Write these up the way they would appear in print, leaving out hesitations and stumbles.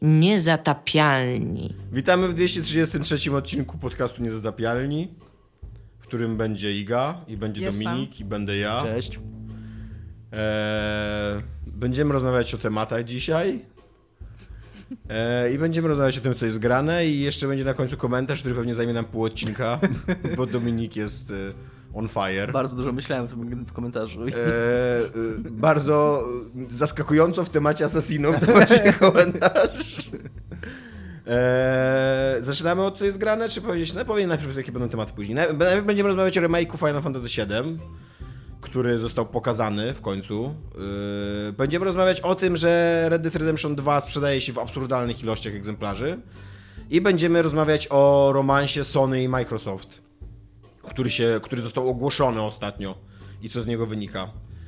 Niezatapialni. Witamy w 233 odcinku podcastu Niezatapialni, w którym będzie Iga i będzie Dominik i będę ja. Cześć. Będziemy rozmawiać o tematach dzisiaj i będziemy rozmawiać o tym, co jest grane, i jeszcze będzie na końcu komentarz, który pewnie zajmie nam pół odcinka, bo Dominik jest on fire. Bardzo dużo myślałem w komentarzu. Bardzo zaskakująco w temacie Assassinów to właśnie komentarz. Zaczynamy od co jest grane, czy powiedzieć? No powiem najpierw, jakie będą tematy później. Najpierw będziemy rozmawiać o remake'u Final Fantasy VII, który został pokazany w końcu. Będziemy rozmawiać o tym, że Red Dead Redemption 2 sprzedaje się w absurdalnych ilościach egzemplarzy. I będziemy rozmawiać o romansie Sony i Microsoft, który został ogłoszony ostatnio i co z niego wynika.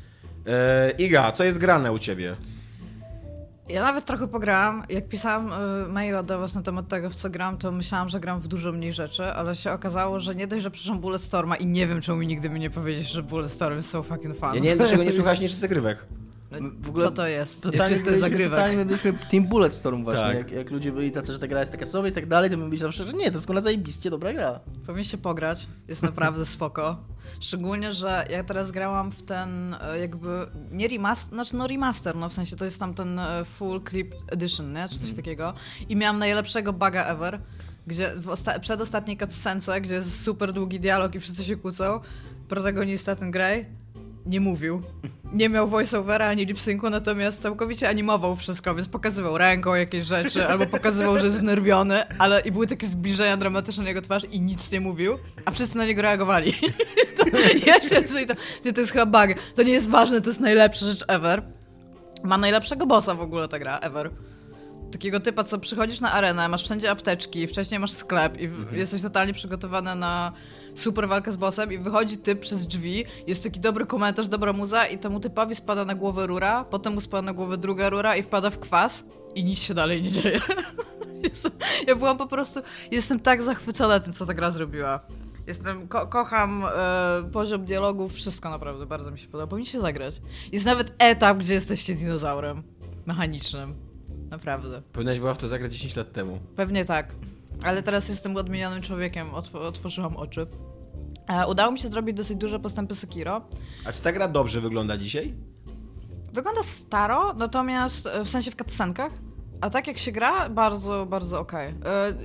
Iga, co jest grane u ciebie? Ja nawet trochę pograłam. Jak pisałam maila do was na temat tego, w co gram, to myślałam, że gram w dużo mniej rzeczy, ale się okazało, że nie dość, że przeszłam Bulletstorma i nie wiem, czemu mi nigdy mi nie powiedzieć, że Bulletstorm jest so fucking fun. Ja nie wiem, dlaczego nie słuchasz niż zagrywek. W ogóle co to jest? Czy to jest zagrywek? Totalnie byliśmy Team Bulletstorm właśnie, tak. jak ludzie byli tacy, że ta gra jest taka sobie i tak dalej, to my byliśmy zawsze, że nie, to jest ona zajebiście dobra gra. Powinniście pograć, jest naprawdę spoko. Szczególnie, że ja teraz grałam w ten jakby, nie remaster, znaczy no remaster, no w sensie to jest tam ten full clip edition, nie? Czy coś takiego. I miałam najlepszego buga ever, gdzie w przedostatniej cutscence, gdzie jest super długi dialog i wszyscy się kłócą, protagonista, ten Grey, nie mówił. Nie miał voice-overa ani lip-syncu, natomiast całkowicie animował wszystko, więc pokazywał ręką jakieś rzeczy, albo pokazywał, że jest wnerwiony, ale i były takie zbliżenia dramatyczne na jego twarz i nic nie mówił, a wszyscy na niego reagowali. Ja siedzę i to jest chyba bug. To nie jest ważne, to jest najlepsza rzecz ever. Ma najlepszego bossa w ogóle ta gra, ever. Takiego typa, co przychodzisz na arenę, masz wszędzie apteczki, wcześniej masz sklep i jesteś totalnie przygotowany na super walkę z bossem i wychodzi typ przez drzwi, jest taki dobry komentarz, dobra muza i temu typowi spada na głowę rura, potem mu spada na głowę druga rura i wpada w kwas i nic się dalej nie dzieje. Ja byłam po prostu, jestem tak zachwycona tym, co ta gra zrobiła. Kocham poziom dialogów, wszystko naprawdę, bardzo mi się podoba. Powinniście zagrać. Jest nawet etap, gdzie jesteście dinozaurem mechanicznym. Naprawdę. Powinnaś była w to zagrać 10 lat temu. Pewnie tak. Ale teraz jestem odmienionym człowiekiem, otworzyłam oczy. Udało mi się zrobić dosyć duże postępy Sekiro. A czy ta gra dobrze wygląda dzisiaj? Wygląda staro, natomiast w sensie w cutscenkach, a tak jak się gra, bardzo, bardzo okej.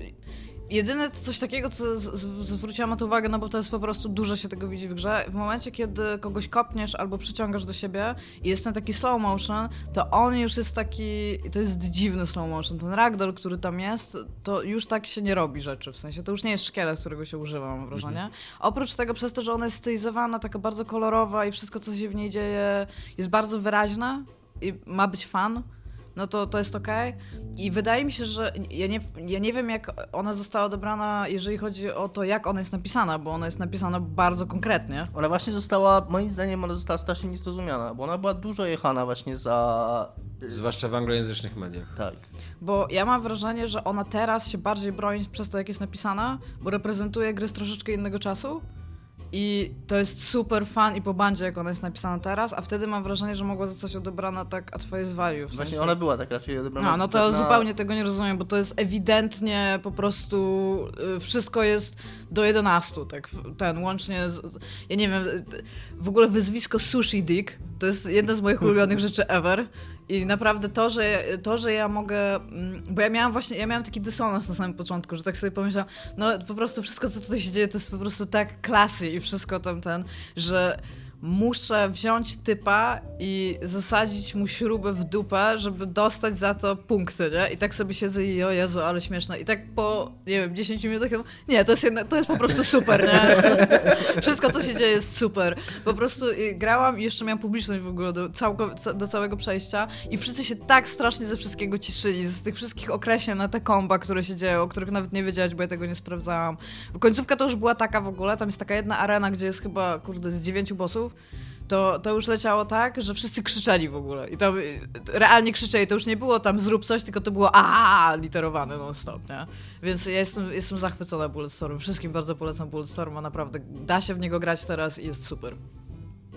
Jedyne coś takiego, co zwróciłam na to uwagę, no bo to jest po prostu dużo się tego widzi w grze. W momencie, kiedy kogoś kopniesz albo przyciągasz do siebie i jest ten taki slow motion, to on już jest taki, to jest dziwny slow motion. Ten ragdoll, który tam jest, to już tak się nie robi rzeczy, w sensie to już nie jest szkielet, którego się używa, mam wrażenie. Oprócz tego, przez to, że ona jest stylizowana, taka bardzo kolorowa i wszystko, co się w niej dzieje, jest bardzo wyraźne i ma być fun, no to jest okej. I wydaje mi się, że ja nie wiem, jak ona została odebrana, jeżeli chodzi o to, jak ona jest napisana, bo ona jest napisana bardzo konkretnie. Ona właśnie została, moim zdaniem, ona została strasznie niezrozumiana, bo ona była dużo jechana właśnie za... Zwłaszcza w anglojęzycznych mediach. Tak. Bo ja mam wrażenie, że ona teraz się bardziej broni przez to, jak jest napisana, bo reprezentuje gry z troszeczkę innego czasu. I to jest super fan i po bandzie, jak ona jest napisana teraz, a wtedy mam wrażenie, że mogła zostać odebrana tak at face value. W sensie. Właśnie ona była tak raczej odebrana. No to zupełnie tego nie rozumiem, bo to jest ewidentnie po prostu wszystko jest do 11, tak łącznie ja nie wiem, w ogóle wyzwisko Sushi Dick to jest jedna z moich ulubionych rzeczy ever. I naprawdę to, że ja mogę, bo ja miałam taki dysonans na samym początku, że tak sobie pomyślałam, no po prostu wszystko, co tutaj się dzieje, to jest po prostu tak classy i wszystko że muszę wziąć typa i zasadzić mu śrubę w dupę, żeby dostać za to punkty, nie? I tak sobie siedzę i o Jezu, ale śmieszne. I tak po, nie wiem, 10 minutach nie, to jest po prostu super, nie? Wszystko, co się dzieje, jest super. Po prostu grałam i jeszcze miałam publiczność w ogóle do całego przejścia i wszyscy się tak strasznie ze wszystkiego cieszyli, z tych wszystkich określeń na te komba, które się dzieją, o których nawet nie wiedziałaś, bo ja tego nie sprawdzałam. Bo końcówka to już była taka w ogóle, tam jest taka jedna arena, gdzie jest chyba, z 9 bossów, to już leciało tak, że wszyscy krzyczeli w ogóle. I tam realnie krzyczeli. To już nie było tam zrób coś, tylko to było literowane non-stop, nie? Więc ja jestem zachwycona Bulletstormem. Wszystkim bardzo polecam Bulletstorma, naprawdę. Da się w niego grać teraz i jest super.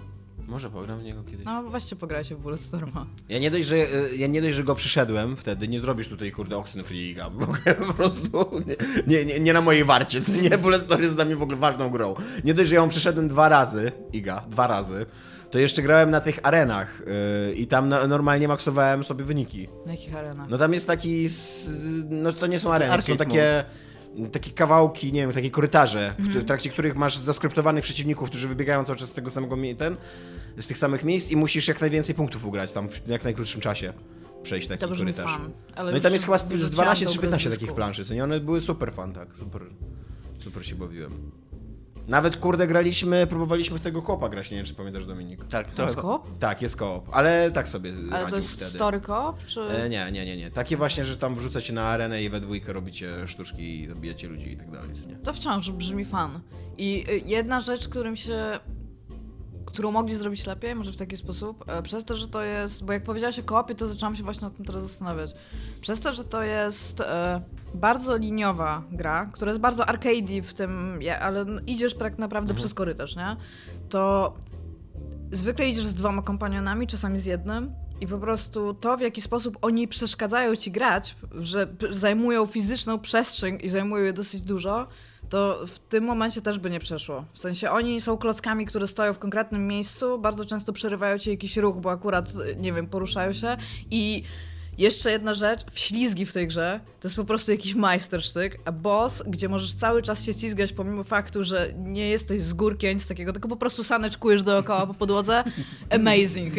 Może pogram w niego kiedyś. No weźcie pograjcie w Bulletstorma. Ja nie dość, że go przyszedłem wtedy, nie zrobisz tutaj kurde Oxenfree po prostu nie na mojej warcie, co nie, Bulletstorm jest dla mnie w ogóle ważną grą. Nie dość, że ją przyszedłem 2 razy, dwa razy, to jeszcze grałem na tych arenach i tam normalnie maksowałem sobie wyniki. Na jakich arenach? No tam jest taki, no to nie są areny, to są takie kawałki, nie wiem, takie korytarze, w trakcie których masz zaskryptowanych przeciwników, którzy wybiegają cały czas z tego samego z tych samych miejsc i musisz jak najwięcej punktów ugrać, tam w jak najkrótszym czasie przejść taki korytarz. No i tam jest chyba z 12 czy 15 takich planszy, co nie? One były super fan, tak, super się bawiłem. Nawet kurde próbowaliśmy w tego koopa grać, nie wiem czy pamiętasz, Dominik. Tak, To jest koop? Tak, jest koop, ale tak sobie Ale to jest wtedy. story koop, czy... Nie. Takie właśnie, że tam wrzucacie na arenę i we dwójkę robicie sztuczki i zabijacie ludzi i tak dalej, nie? To wciąż brzmi fan. I jedna rzecz, którą mogli zrobić lepiej, może w taki sposób, przez to, że to jest, bo jak powiedziałaś o koopie, to zaczęłam się właśnie nad tym teraz zastanawiać. Przez to, że to jest bardzo liniowa gra, która jest bardzo arcade'y w tym, ale idziesz tak naprawdę przez korytarz, nie? To zwykle idziesz z 2 kompanionami, czasami z jednym i po prostu to, w jaki sposób oni przeszkadzają ci grać, że zajmują fizyczną przestrzeń i zajmują je dosyć dużo, to w tym momencie też by nie przeszło. W sensie oni są klockami, które stoją w konkretnym miejscu, bardzo często przerywają ci jakiś ruch, bo akurat, nie wiem, poruszają się i jeszcze jedna rzecz, wślizgi w tej grze to jest po prostu jakiś majstersztyk, a boss, gdzie możesz cały czas się ścigać pomimo faktu, że nie jesteś z górki ani nic takiego, tylko po prostu saneczkujesz dookoła po podłodze, amazing.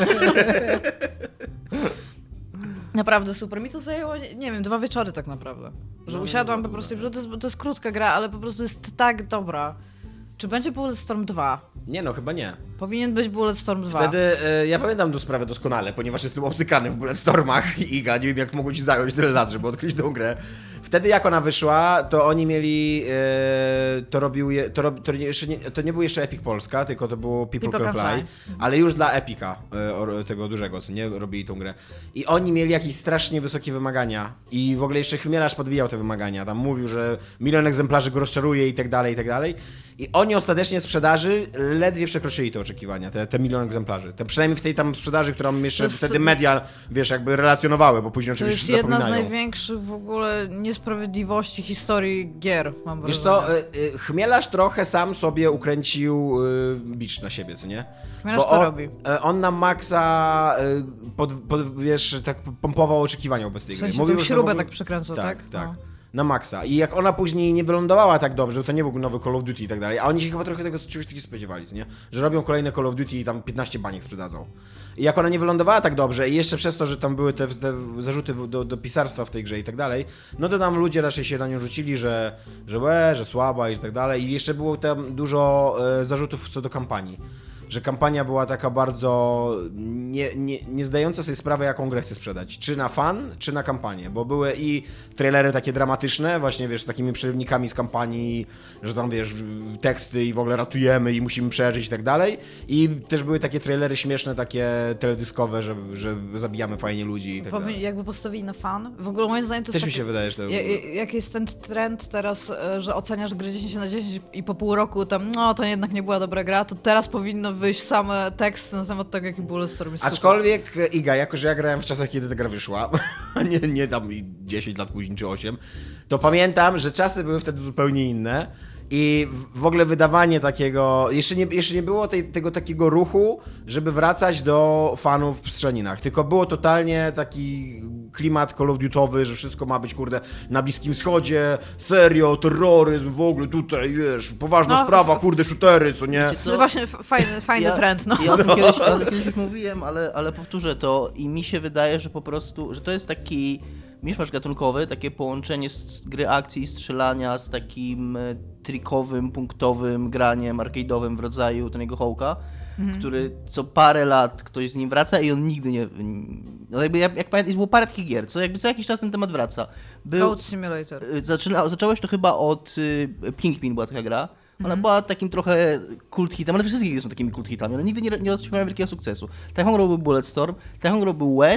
Naprawdę super. Mi to zajęło, nie wiem, 2 wieczory tak naprawdę. Że usiadłam po prostu, że to jest krótka gra, ale po prostu jest tak dobra. Czy będzie Bulletstorm 2? Nie no, chyba nie. Powinien być Bulletstorm 2. Wtedy ja pamiętam tę sprawę doskonale, ponieważ jestem obcykany w Bulletstormach i Iga, nie wiem jak mogło ci zająć tyle lat, żeby odkryć tę grę. Wtedy jak ona wyszła, to oni mieli, to nie był jeszcze Epic Polska, tylko to było People Can Fly, ale już dla Epica, tego dużego, co nie, robili tą grę. I oni mieli jakieś strasznie wysokie wymagania i w ogóle jeszcze Chmielarz podbijał te wymagania, tam mówił, że 1 milion egzemplarzy go rozczaruje i tak dalej, i tak dalej. I oni ostatecznie sprzedaży ledwie przekroczyli te oczekiwania, te 1 milion egzemplarzy. Przynajmniej w tej tam sprzedaży, którą jeszcze wtedy media, wiesz, jakby relacjonowały, bo później oczywiście zapominają. To jest jedna z największych w ogóle niesprawiedliwości historii gier, mam wrażenie. Wiesz co, Chmielarz trochę sam sobie ukręcił bicz na siebie, co nie? Chmielarz to robi. On na maksa, wiesz, tak pompował oczekiwania wobec tej gry. W sensie tą śrubę tak przekręcał, tak? Tak. No. Na maksa. I jak ona później nie wylądowała tak dobrze, to nie był nowy Call of Duty i tak dalej, a oni się chyba trochę tego czegoś takiego spodziewali, nie? Że robią kolejne Call of Duty i tam 15 baniek sprzedadzą. I jak ona nie wylądowała tak dobrze i jeszcze przez to, że tam były te zarzuty do pisarstwa w tej grze i tak dalej, no to tam ludzie raczej się na nią rzucili, że słaba i tak dalej. I jeszcze było tam dużo zarzutów co do kampanii. Że kampania była taka bardzo nie zdająca sobie sprawy, jaką grę chce sprzedać. Czy na fan, czy na kampanię. Bo były i trailery takie dramatyczne, właśnie wiesz, takimi przerywnikami z kampanii, że tam wiesz, teksty i w ogóle ratujemy i musimy przeżyć i tak dalej. I też były takie trailery śmieszne, takie teledyskowe, że zabijamy fajnie ludzi i tak dalej. Jakby postawili na fan. W ogóle moim zdaniem to też jest mi się wydaje, że to jak jest ten trend teraz, że oceniasz grę 10 na 10 i po pół roku tam, no to jednak nie była dobra gra, to teraz powinno wyjść same teksty na temat tego, jaki Bulletstorm jest Aczkolwiek, super. Iga, jako że ja grałem w czasach, kiedy ta gra wyszła, nie tam 10 lat później czy 8, to pamiętam, że czasy były wtedy zupełnie inne i w ogóle wydawanie takiego, jeszcze nie było tego takiego ruchu, żeby wracać do fanów w strzelaninach, tylko było totalnie taki klimat Call of Duty'owy, że wszystko ma być, kurde, na Bliskim Wschodzie, serio, terroryzm, w ogóle tutaj, wiesz, poważna sprawa, kurde, shootery, co nie? No właśnie fajny trend, no. Ja o tym kiedyś już mówiłem, ale powtórzę to i mi się wydaje, że po prostu, że to jest taki miszmasz gatunkowy, takie połączenie z gry akcji i strzelania z takim trikowym, punktowym graniem arcade'owym w rodzaju Tony'ego Hawk'a, który co parę lat ktoś z nim wraca i on nigdy nie... No jakby, jak pamiętam, było parę takich gier, co jakby co jakiś czas ten temat wraca. Code Simulator. Zacząłeś to chyba od Pinkpin, była taka gra. Ona była takim trochę cult hitem, ale wszystkie gry są takimi cult hitami, ale nigdy nie osiągnęła wielkiego sukcesu. Taką grą był Bulletstorm, taką grą był Wet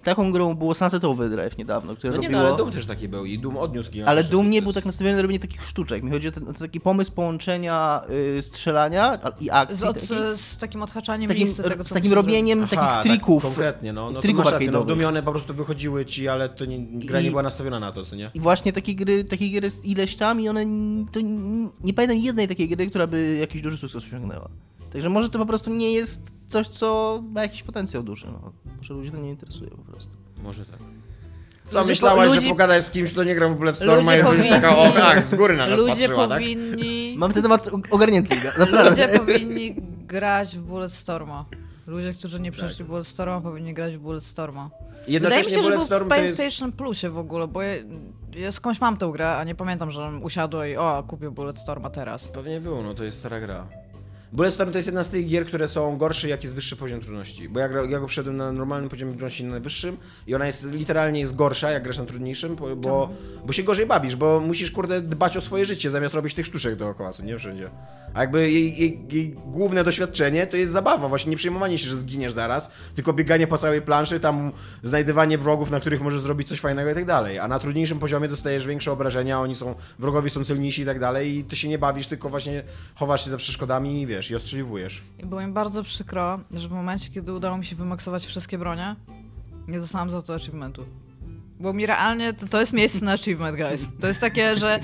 taką grą było Sunset Overdrive niedawno, które robiło... ale Doom też taki był i Doom odniósł gigantyczny Ale Doom nie sukces. był tak nastawiony na robienie takich sztuczek. Mi chodzi o taki pomysł połączenia strzelania i akcji. Z takim odhaczaniem listy tego, co z takim musisz robieniem takich trików. Tak, konkretnie, no to trików masz rację, no w arcade'owych. Doomie one po prostu wychodziły ci, ale to gra nie była nastawiona na to, co nie? I właśnie takie gry jest ileś tam i one... Nie pamiętam jednej takiej gry, która by jakiś duży sukces osiągnęła. Także może to po prostu nie jest coś, co ma jakiś potencjał duży. No. Może ludzi to nie interesuje po prostu. Może tak. Co myślałaś, że pogadać z kimś, kto nie gra w ogóle w Storma i będziesz taka, z góry na nas ludzie patrzyła, powinni... tak? Mam ten temat ogarnięty. Ludzie powinni grać w Bulletstorma. Ludzie, którzy nie przeszli Bulletstorma, powinni grać w Bulletstorma. Jednocześnie Wydaje mi się, że był w Bulletstorm to jest... PlayStation Plusie w ogóle, bo ja skądś mam tę grę, a nie pamiętam, że usiadła i kupię Bulletstorma teraz. Pewnie było, no to jest stara gra. Bulletstorm to jest jedna z tych gier, które są gorsze, jak jest wyższy poziom trudności. Bo ja go przeszedłem na normalnym poziomie trudności, na najwyższym i ona jest literalnie jest gorsza, jak grasz na trudniejszym, bo się gorzej bawisz, bo musisz, kurde, dbać o swoje życie, zamiast robić tych sztuczek dookoła, co nie? Wszędzie. A jakby jej główne doświadczenie to jest zabawa, właśnie nie przejmowanie się, że zginiesz zaraz, tylko bieganie po całej planszy, tam znajdywanie wrogów, na których możesz zrobić coś fajnego i tak dalej. A na trudniejszym poziomie dostajesz większe obrażenia, wrogowie są silniejsi i tak dalej i ty się nie bawisz, tylko właśnie chowasz się za przeszkodami i wiesz, i ostrzeliwujesz. I było mi bardzo przykro, że w momencie, kiedy udało mi się wymaksować wszystkie bronie, nie dostałam za to achievementu. Bo mi realnie to jest miejsce na achievement, guys. To jest takie, że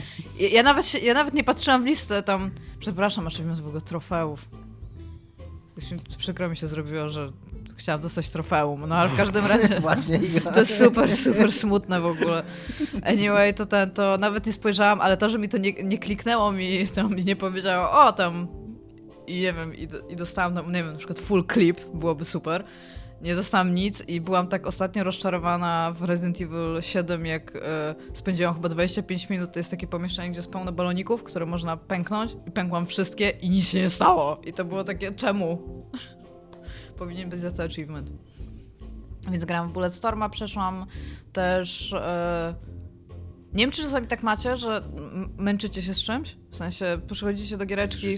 ja nawet nie patrzyłam w listę tam, przepraszam, achievement w ogóle trofeów. Przykro mi się zrobiło, że chciałam dostać trofeum, no ale w każdym razie Właśnie. to jest super smutne w ogóle. Anyway, to nawet nie spojrzałam, ale to, że mi to nie kliknęło mi tam i nie powiedziało, tam i nie wiem, i dostałam tam, nie wiem, na przykład full clip, byłoby super. Nie dostałam nic i byłam tak ostatnio rozczarowana w Resident Evil 7, jak spędziłam chyba 25 minut. To jest takie pomieszczenie, gdzie jest pełno baloników, które można pęknąć i pękłam wszystkie i nic się nie stało. I to było takie, czemu? Powinien być za to achievement. Więc grałam w Bulletstorma, przeszłam też... Nie wiem, czy czasami tak macie, że męczycie się z czymś? W sensie, przychodzicie do giereczki,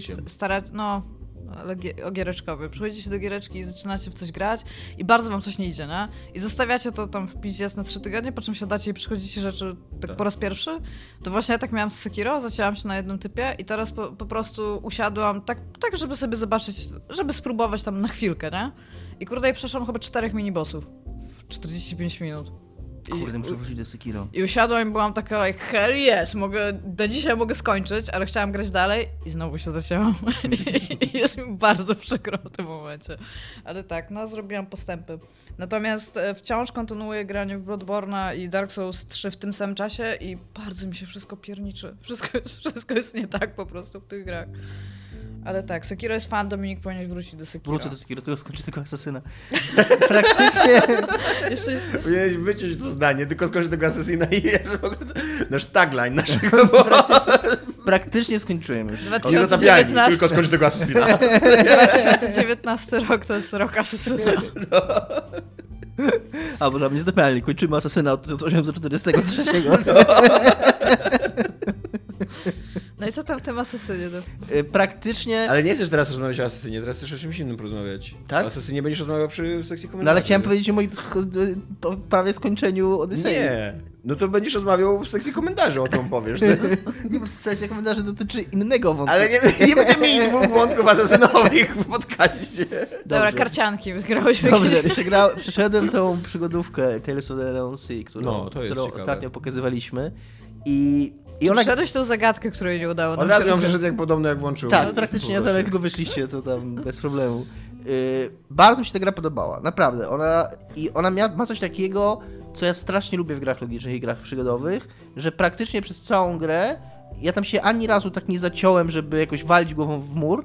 ogiereczkowy. Przychodzicie do giereczki i zaczynacie w coś grać i bardzo wam coś nie idzie, nie? I zostawiacie to tam w piździe na 3 tygodnie, po czym siadacie i przychodzicie rzeczy tak po raz pierwszy. To właśnie ja tak miałam z Sekiro, zacięłam się na jednym typie i teraz po prostu usiadłam tak, żeby sobie zobaczyć, żeby spróbować tam na chwilkę, nie? I kurde, i przeszłam chyba 4 minibossów w 45 minut. Kurde, muszę wrócić do Sekiro. I usiadłam i byłam taka, like, hell yes, do dzisiaj mogę skończyć, ale chciałam grać dalej i znowu się zacięłam. I jest mi bardzo przykro w tym momencie. Ale tak, zrobiłam postępy. Natomiast wciąż kontynuuję granie w Bloodborne'a i Dark Souls 3 w tym samym czasie i bardzo mi się wszystko pierniczy. Wszystko jest nie tak po prostu w tych grach. Ale tak, Sekiro jest fan, Dominik powinien wrócić do Sekiro. Wrócę do Sekiro, tylko skończę tego Asasyna. Praktycznie... Jeszcze jest... Powinieneś wyciąć to zdanie, tylko skończyć tego Asasyna i nasz tagline naszego... Praktycznie skończyłem już. Nie zatapiaj mi, tylko skończ tego Asasyna. 2019 rok to jest rok Asasyna. Bo tam nie zatapialnie, kończymy Asasyna od 1843. No i co tam w tym Asasynie? Praktycznie... Ale nie chcesz teraz rozmawiać o Asasynie, teraz chcesz o czymś innym porozmawiać. Tak? O Asasynie będziesz rozmawiał w sekcji komentarzy. No ale chciałem powiedzieć o moim prawie skończeniu Odysei. Nie, no to będziesz rozmawiał w sekcji komentarzy, o tym powiesz. Nie, bo sekcja komentarzy dotyczy innego wątku. Ale nie będziemy mieli 2 wątków asasynowych w podcaście. Dobra, karcianki, grałeś w Dobrze, przeszedłem tą przygodówkę Tales of the Unknown Sea, którą ostatnio pokazywaliśmy i ona... Przeszedłeś tą zagadkę, której nie udało nam Od razu ją przeszedł jak podobno jak włączył. Tak, praktycznie tam jak tylko wyszliście, to tam bez problemu. Bardzo mi się ta gra podobała, naprawdę. Ona ma coś takiego, co ja strasznie lubię w grach logicznych i grach przygodowych, że praktycznie przez całą grę ja tam się ani razu tak nie zaciąłem, żeby jakoś walić głową w mur,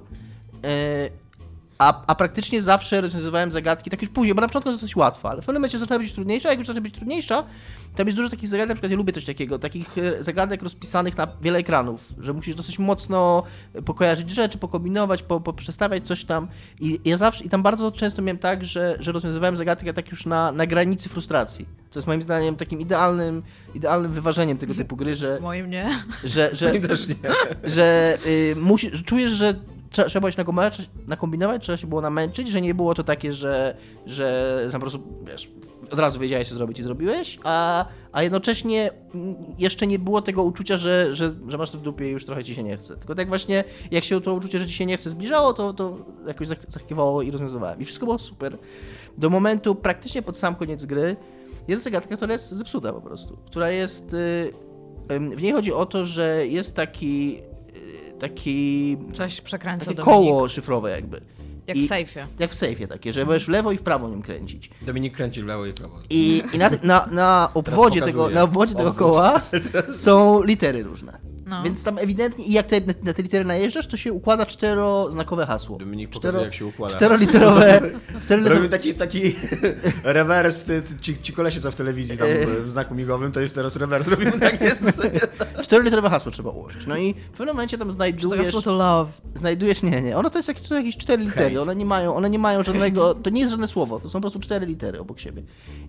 a praktycznie zawsze rozwiązywałem zagadki, tak już później, bo na początku jest dosyć łatwa, ale w pewnym momencie zaczyna być trudniejsza, a jak już zaczyna być trudniejsza, tam jest dużo takich zagadek, na przykład ja lubię coś takiego, takich zagadek rozpisanych na wiele ekranów, że musisz dosyć mocno pokojarzyć rzeczy, pokombinować, poprzestawiać coś tam i tam bardzo często miałem tak, że rozwiązywałem zagadkę tak już na granicy frustracji, co jest moim zdaniem takim idealnym wyważeniem tego typu gry, że... Moim nie. Moim też nie. Że czujesz, że trzeba było się nakombinować, trzeba się było namęczyć, że nie było to takie, że po prostu, wiesz, od razu wiedziałeś, co zrobić i zrobiłeś, a jednocześnie jeszcze nie było tego uczucia, że masz to w dupie i już trochę ci się nie chce. Tylko tak właśnie, jak się to uczucie, że ci się nie chce zbliżało, to jakoś zakiwało i rozwiązywałem. I wszystko było super. Do momentu praktycznie pod sam koniec gry jest zagadka, która jest zepsuta po prostu. Która jest... W niej chodzi o to, że jest taki Coś przekręca takie Dominik. koło szyfrowe jakby. Jak w sejfie. Jak w sejfie takie, że możesz w lewo i w prawo nim kręcić. Dominik kręci w lewo i w prawo. I na obwodzie tego koła są litery różne. No. Więc tam ewidentnie, i jak na te litery najeżdżasz, to się układa 4-znakowe hasło. Dominik pokazuje, jak się układa. 4-literowe... Robimy taki rewers, ci kolesie, co w telewizji tam w znaku migowym, to jest teraz rewers. Robimy tak jest. 4-literowe hasło trzeba ułożyć. No i w pewnym momencie tam znajdujesz... To love. Znajdujesz, nie. Ono to jest jakieś 4 litery. Hej. One nie mają żadnego... To nie jest żadne słowo, to są po prostu 4 litery obok siebie.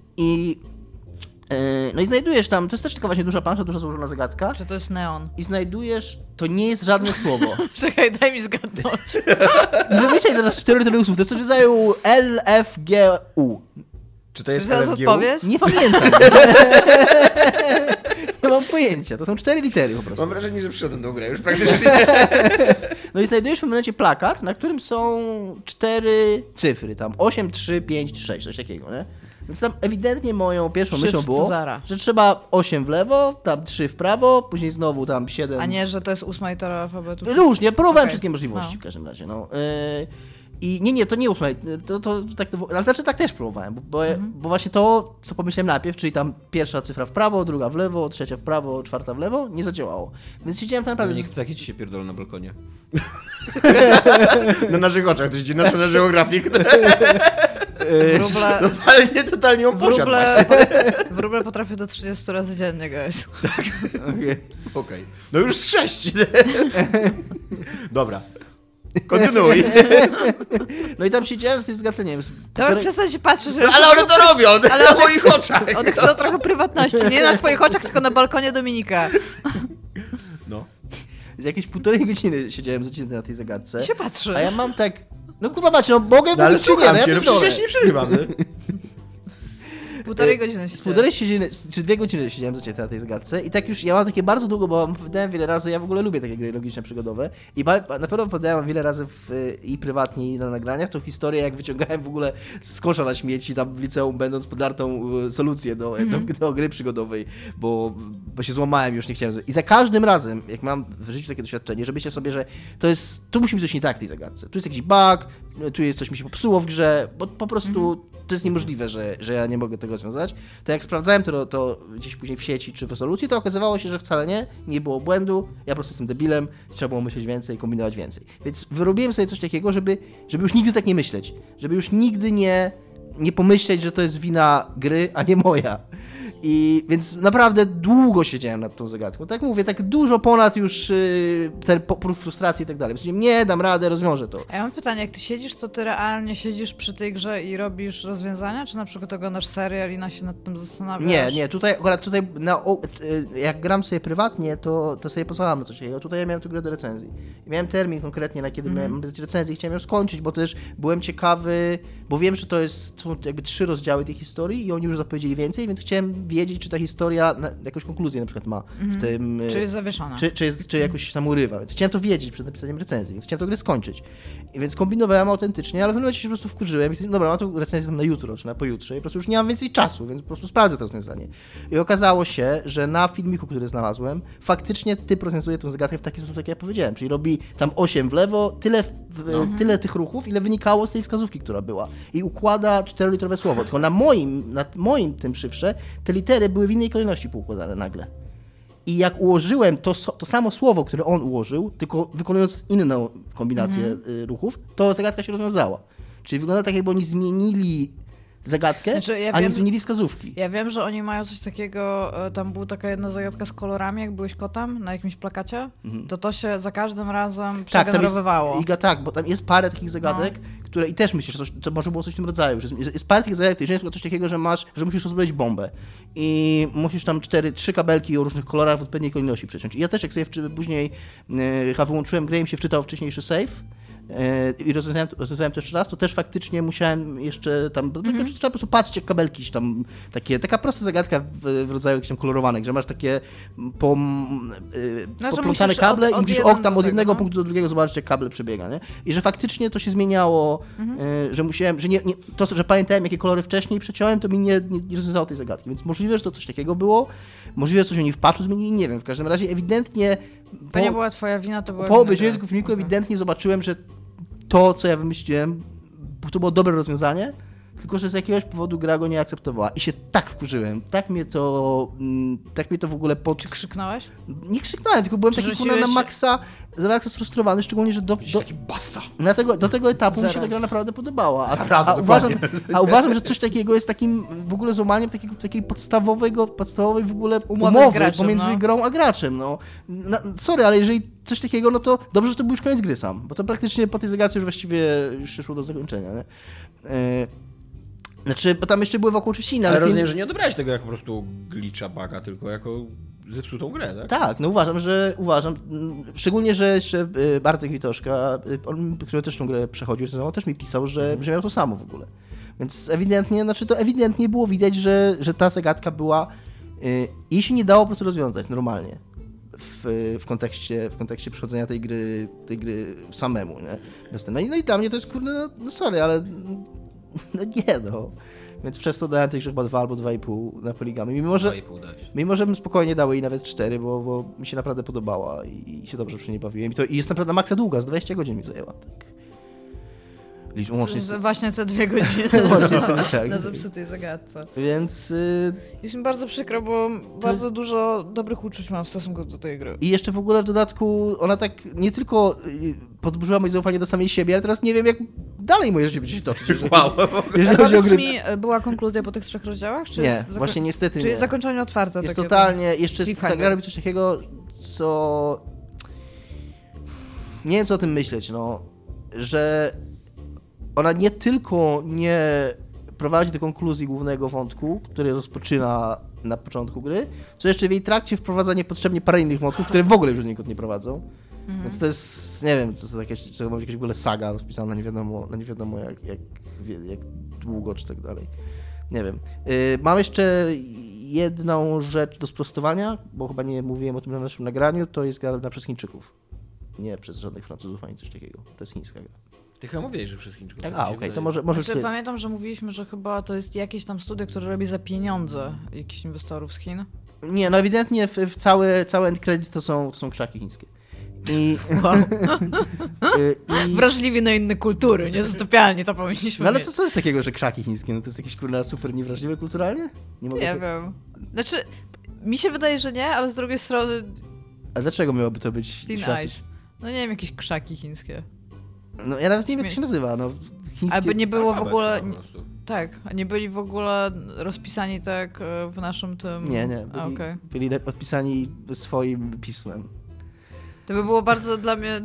No i znajdujesz tam, to jest też taka właśnie duża plansza, duża złożona zagadka. Że to jest neon. I znajdujesz, to nie jest żadne słowo. Czekaj, daj mi zgadnąć. Wymyślaj teraz 4 litery słów, to jest coś w rodzaju LFGU. Czy to jest Zaraz LFGU? odpowiesz? Nie pamiętam. Nie mam pojęcia, to są 4 litery po prostu. Mam wrażenie, że przyszedłem do gry już praktycznie. No i znajdujesz w pewnym momencie plakat, na którym są 4 cyfry, tam 8, 3, 5, 6, coś takiego, nie? Więc tam ewidentnie moją pierwszą myślą było, Cezara. że trzeba 8 w lewo, tam 3 w prawo, później znowu tam 7. A nie, że to jest 8 litera alfabetu. Różnie, próbowałem Okej. wszystkie możliwości No. w każdym razie, no. I nie, to nie 8, ale znaczy tak też próbowałem, bo właśnie to, co pomyślałem najpierw, czyli tam pierwsza cyfra w prawo, druga w lewo, trzecia w prawo, czwarta w lewo, nie zadziałało. Więc siedziałem tam naprawdę... Dominik, ptaki ci się pierdolą na balkonie. Na naszych oczach, to jest nasz geografik. Wróble, Totalnie ją posiadł. wróble potrafię do 30 razy dziennie, guys. Okej. No już z 6. Dobra. Kontynuuj. No i tam siedziałem z tej zgadzeniem. Dobra, przestań się patrzeć, że... No, ale one to robią, na moich oczach. One chcą trochę prywatności, nie na twoich oczach, tylko na balkonie Dominika. No. Z jakieś 1,5 godziny siedziałem zacięty na tej zagadce. I się patrzy. A ja mam tak... No kurwa macie, no mogę No ale mówić czy nie, słucham no ja cię, no pierdolę. przecież ja się nie przerywam. 1,5 godziny Z 1,5 godziny, czy 2 godziny siedziałem zacięty na tej zagadce i tak już, ja mam takie bardzo długo, bo powiedziałem wiele razy, ja w ogóle lubię takie gry logiczne, przygodowe i na pewno opowiadałem wiele razy i prywatnie i na nagraniach tą historię, jak wyciągałem w ogóle z kosza na śmieci tam w liceum, będąc podartą solucję do gry przygodowej, bo się złamałem, już nie chciałem. I za każdym razem, jak mam w życiu takie doświadczenie, że myślę sobie, że tu musi być coś nie tak w tej zagadce. Tu jest jakiś bug, tu jest coś mi się popsuło w grze, bo po prostu to jest niemożliwe, że ja nie mogę tego rozwiązać. To jak sprawdzałem to gdzieś później w sieci czy w resolucji, to okazywało się, że wcale nie było błędu, ja po prostu jestem debilem, trzeba było myśleć więcej, kombinować więcej. Więc wyrobiłem sobie coś takiego, żeby już nigdy tak nie myśleć, żeby już nigdy nie pomyśleć, że to jest wina gry, a nie moja. I więc naprawdę długo siedziałem nad tą zagadką. Tak mówię, tak dużo ponad już ten frustracji i tak dalej. Nie dam radę, rozwiążę to. A ja mam pytanie, jak ty siedzisz, to ty realnie siedzisz przy tej grze i robisz rozwiązania, czy na przykład oglądasz serial i się nad tym zastanawiasz? Nie, tutaj jak gram sobie prywatnie, to sobie pozwalam na coś takiego. Tutaj ja miałem tę grę do recenzji. I miałem termin konkretnie, na kiedy miałem recenzję i chciałem ją skończyć, bo też byłem ciekawy, bo wiem, że są jakby 3 rozdziały tej historii i oni już zapowiedzieli więcej, więc chciałem wiedzieć, czy ta historia jakąś konkluzję na przykład ma w tym... Czy jest zawieszona. Czy jakoś tam urywa. Więc chciałem to wiedzieć przed napisaniem recenzji, więc chciałem tę grę skończyć. I więc kombinowałem autentycznie, ale w pewnym momencie się po prostu wkurzyłem i stwierdziłem, dobra, mam tę recenzję tam na jutro, czy na pojutrze i po prostu już nie mam więcej czasu, więc po prostu sprawdzę to rozwiązanie. I okazało się, że na filmiku, który znalazłem, faktycznie typ rozwiązuje tę zagadkę w taki sposób, jak ja powiedziałem, czyli robi tam 8 w lewo, tyle tych ruchów, ile wynikało z tej wskazówki, która była. I układa 4-literowe słowo. Tylko na moim tym szyfrze te litery były w innej kolejności poukładane nagle. I jak ułożyłem to samo słowo, które on ułożył, tylko wykonując inną kombinację ruchów, to zagadka się rozwiązała. Czyli wygląda tak, jakby oni zmienili zagadkę, a nie zmienili wskazówki. Ja wiem, że oni mają coś takiego, tam była taka jedna zagadka z kolorami, jak byłeś kotem na jakimś plakacie, to się za każdym razem przegenerowywało. Tak, bo tam jest parę takich zagadek, które i też myślisz, że to może było coś w tym rodzaju, że jest parę takich zagadek, że jest coś takiego, że musisz rozbroić bombę i musisz tam 3 kabelki o różnych kolorach w odpowiedniej kolejności przeciąć. I ja też jak sobie później wyłączyłem grę i mi się wczytał wcześniejszy save, i rozwiązałem to jeszcze raz, to też faktycznie musiałem jeszcze tam, trzeba po prostu patrzeć jak kabelki tam, taka prosta zagadka w rodzaju jakichś tam kolorowanek, że masz takie poplątane kable i musisz od jednego punktu do drugiego zobaczyć jak kable przebiega, nie? I że faktycznie to się zmieniało, że musiałem, że że pamiętałem jakie kolory wcześniej przeciąłem, to mi nie rozwiązało tej zagadki, więc możliwe, że to coś takiego było, możliwe, że coś oni w patchu zmienili, nie wiem, w każdym razie ewidentnie to nie była twoja wina, to była po obejrzeniu tego filmiku ewidentnie zobaczyłem, że to, co ja wymyśliłem, to było dobre rozwiązanie, tylko że z jakiegoś powodu gra go nie akceptowała. I się tak wkurzyłem, tak mnie to w ogóle Czy krzyknąłeś? Nie krzyknąłem, tylko byłem taki na maksa sfrustrowany, szczególnie, że taki basta. Do tego etapu mi się ta gra naprawdę podobała. A uważam, że coś takiego jest takim w ogóle złamaniem takiej podstawowej w ogóle umowy pomiędzy grą a graczem. No. Sorry, ale jeżeli coś takiego, no to dobrze, że to był już koniec gry sam, bo to praktycznie po tej zagadce już właściwie się szło do zakończenia. Nie? Znaczy, bo tam jeszcze były wokół oczywiście inne. Ale rozumiem, że nie odebrałeś tego jako po prostu glitcha, buga, tylko jako zepsutą grę, tak? Tak, no uważam, szczególnie, że jeszcze Bartek Witoszka, który też tą grę przechodził, też mi pisał, że miał to samo w ogóle. Więc ewidentnie było widać, że ta zagadka była, jej się nie dało po prostu rozwiązać normalnie w kontekście przechodzenia tej gry samemu, nie? No i dla mnie to jest, kurde, no sorry, ale no nie, no. Więc przez to dałem tych chyba 2 albo 2,5 na Poligamy. Mimo, że bym spokojnie dał jej nawet 4, bo mi się naprawdę podobała i się dobrze przy niej bawiłem. I jest naprawdę na maksa długa, z 20 godzin mi zajęła. Tak. Właśnie te 2 godziny tak. na zepsutej zagadce. Więc... Jest mi bardzo przykro, bo bardzo dużo dobrych uczuć mam w stosunku do tej gry. I jeszcze w ogóle w dodatku ona tak nie tylko podburzyła moje zaufanie do samej siebie, ale teraz nie wiem, jak dalej moje życie będzie się toczyć. Powiedz mi, była konkluzja po tych 3 rozdziałach? Czy nie, właśnie niestety Czyli jest zakończenie otwarte. Jest totalnie, jeszcze ta gra robi coś takiego, co... Nie wiem, co o tym myśleć, no. Że ona nie tylko nie prowadzi do konkluzji głównego wątku, który rozpoczyna na początku gry, co jeszcze w jej trakcie wprowadza niepotrzebnie parę innych wątków, które w ogóle już nikąd nie prowadzą. Więc to jest, nie wiem, to może być jakaś w ogóle saga rozpisana na nie wiadomo jak długo, czy tak dalej. Nie wiem. Mam jeszcze jedną rzecz do sprostowania, bo chyba nie mówiłem o tym na naszym nagraniu, to jest gra przez Chińczyków. Nie przez żadnych Francuzów ani coś takiego. To jest chińska gra. Ty chyba mówiłeś, że przez Chińczyków. Okej, to może... Pamiętam, że mówiliśmy, że chyba to jest jakieś tam studio, które robi za pieniądze jakichś inwestorów z Chin. Nie, no ewidentnie cały end credit to są krzaki chińskie. Wrażliwi na inne kultury, niezatopialnie to powinniśmy No ale mieć. co jest takiego, że krzaki chińskie? No to jest jakieś super niewrażliwe kulturalnie? Nie wiem. Znaczy, mi się wydaje, że nie, ale z drugiej strony... A dlaczego miałoby to być świecić? No nie wiem, jakieś krzaki chińskie. No ja nawet nie wiem, jak to się nazywa. No, chińskie... Aby nie było w ogóle... Tak, a nie byli w ogóle rozpisani tak w naszym tym... Nie. Byli odpisani swoim pismem. To by było bardzo dla mnie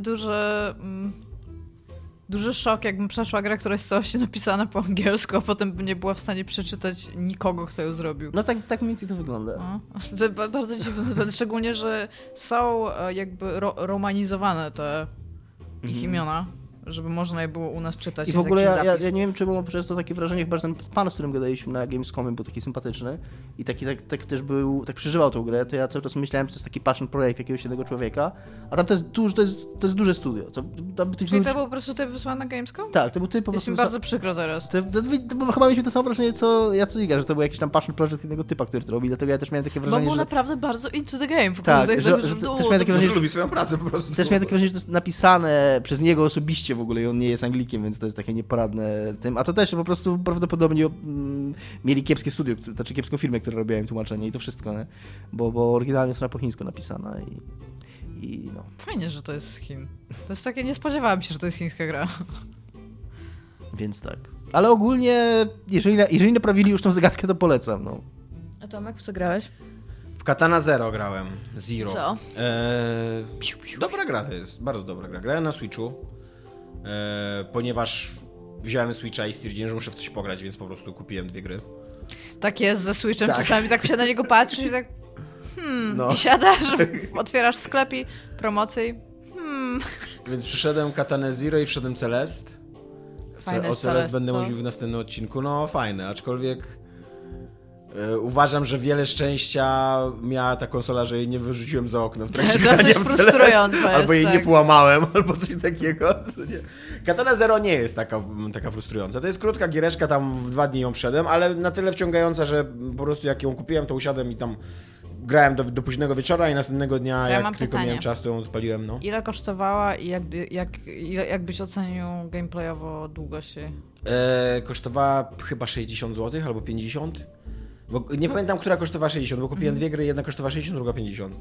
duży szok, jakbym przeszła grę, która jest w całości napisana po angielsku, a potem bym nie była w stanie przeczytać nikogo, kto ją zrobił. No tak mniej więcej to wygląda. No. To bardzo dziwne, szczególnie, że są jakby romanizowane te ich imiona, żeby można je było u nas czytać. I w ogóle ja nie wiem, czy było przez to takie wrażenie, chyba że ten pan, z którym gadaliśmy na Gamescomie, był taki sympatyczny i tak też był, tak przeżywał tą grę, to ja cały czas myślałem, że to jest taki passion projekt jakiegoś jednego człowieka, a tam to jest duże studio. Czyli to był po prostu typ wysłany na Gamescom? Tak, to był typ po prostu... Jest mi bardzo przykro teraz. Chyba mieliśmy to samo wrażenie, co ja Iga, że to był jakiś tam passion project innego typa, który to robi, dlatego ja też miałem takie wrażenie, Bo był naprawdę bardzo into the game. Tak, też miałem takie wrażenie, że lubi swoją pracę po prostu. Też miałem takie wrażenie, że to jest napisane przez niego osobiście w ogóle i on nie jest Anglikiem, więc to jest takie nieporadne tym. A to też po prostu prawdopodobnie mieli kiepskie studio, znaczy kiepską firmę, która robiła im tłumaczenie i to wszystko, nie? Bo oryginalnie jest ona po chińsku napisana i no. Fajnie, że to jest z Chin. To jest takie, nie spodziewałam się, że to jest chińska gra. Więc tak. Ale ogólnie, jeżeli naprawili już tą zagadkę, to polecam, no. A Tomek, w co grałeś? W Katana Zero grałem. Zero. Co? Dobra gra to jest, bardzo dobra gra. Grałem na Switchu. Ponieważ wziąłem Switcha i stwierdziłem, że muszę w coś pograć, więc po prostu kupiłem 2 gry. Tak jest ze Switchem, tak. Czasami tak się na niego patrzysz i tak no. I siadasz, otwierasz sklep i promocje Więc przyszedłem Katanę Zero i przyszedłem Celeste. Fajne O jest Celeste będę co? mówił w następnym odcinku. No fajne, aczkolwiek uważam, że wiele szczęścia miała ta konsola, że jej nie wyrzuciłem za okno w trakcie grania Dosyć w frustrujące Celeste, jest, albo jej nie tak. połamałem, albo coś takiego. Co nie. Katana Zero nie jest taka frustrująca. To jest krótka giereczka, tam w 2 dni ją wszedłem, ale na tyle wciągająca, że po prostu jak ją kupiłem, to usiadłem i tam grałem do późnego wieczora i następnego dnia, Ja mam jak tylko pytanie. miałem czas, to ją odpaliłem. No. Ile kosztowała i jak byś ocenił gameplayowo długość jej? Kosztowała chyba 60 zł albo 50. Bo nie pamiętam, która kosztowała 60, bo kupiłem 2 gry, jedna kosztowała 60, druga 50.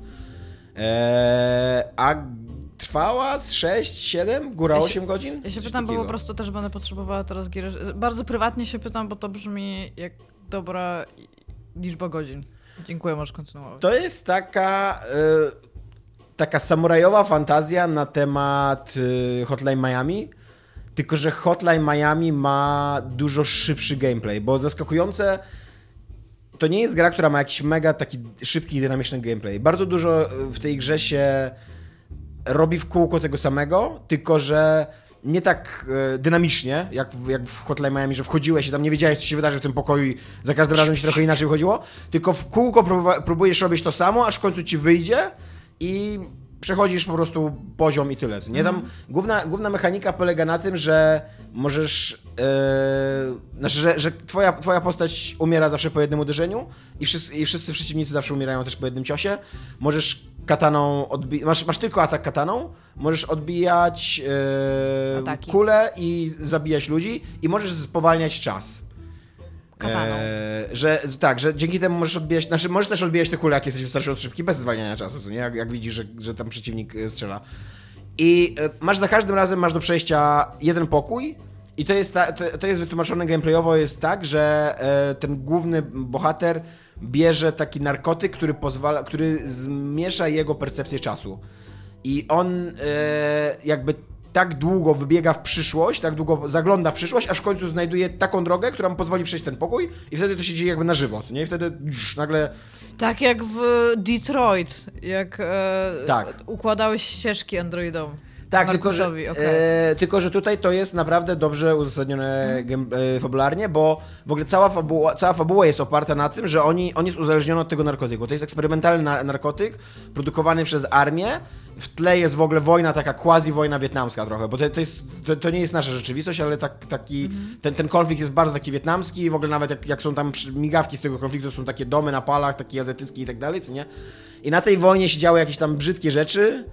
A trwała z 6-7, góra 8 godzin? Ja się Coś pytam, bo takiego. po prostu też będę potrzebowała teraz gier. Bardzo prywatnie się pytam, bo to brzmi jak dobra liczba godzin. Dziękuję, możesz kontynuować. To jest taka samurajowa fantazja na temat Hotline Miami, tylko że Hotline Miami ma dużo szybszy gameplay, bo zaskakujące to nie jest gra, która ma jakiś mega taki szybki i dynamiczny gameplay. Bardzo dużo w tej grze się robi w kółko tego samego, tylko że nie tak dynamicznie, jak w Hotline Miami, że wchodziłeś i tam nie wiedziałeś, co się wydarzy w tym pokoju i za każdym razem się trochę inaczej wychodziło, tylko w kółko próbujesz robić to samo, aż w końcu ci wyjdzie i przechodzisz po prostu poziom i tyle. Nie? Tam główna mechanika polega na tym, że możesz, znaczy, że twoja postać umiera zawsze po jednym uderzeniu i wszyscy przeciwnicy zawsze umierają też po jednym ciosie. Możesz kataną masz tylko atak kataną, możesz odbijać Ataki. kulę i zabijać ludzi i możesz spowalniać czas. Kataną. Że dzięki temu możesz odbijać, znaczy możesz też odbijać te kule, jak jesteś wystarczająco szybki, bez zwalniania czasu, co nie? Jak widzisz, że tam przeciwnik strzela. I za każdym razem masz do przejścia jeden pokój i to jest wytłumaczone gameplayowo, jest tak, że ten główny bohater bierze taki narkotyk, który zmiesza jego percepcję czasu. I on jakby tak długo wybiega w przyszłość, tak długo zagląda w przyszłość, aż w końcu znajduje taką drogę, która mu pozwoli przejść ten pokój i wtedy to się dzieje jakby na żywo, nie? I wtedy nagle... Tak jak w Detroit, jak Tak. układałeś ścieżki androidom. Tak, Markusowi, tylko że tutaj to jest naprawdę dobrze uzasadnione fabularnie, bo w ogóle cała fabuła jest oparta na tym, że on jest uzależniony od tego narkotyku. To jest eksperymentalny narkotyk produkowany przez armię. W tle jest w ogóle wojna, taka quasi-wojna wietnamska trochę, bo to nie jest nasza rzeczywistość, ale ten konflikt jest bardzo taki wietnamski i w ogóle nawet jak są tam migawki z tego konfliktu, to są takie domy na palach, takie azjatyckie i tak dalej, co nie? I na tej wojnie się działy jakieś tam brzydkie rzeczy.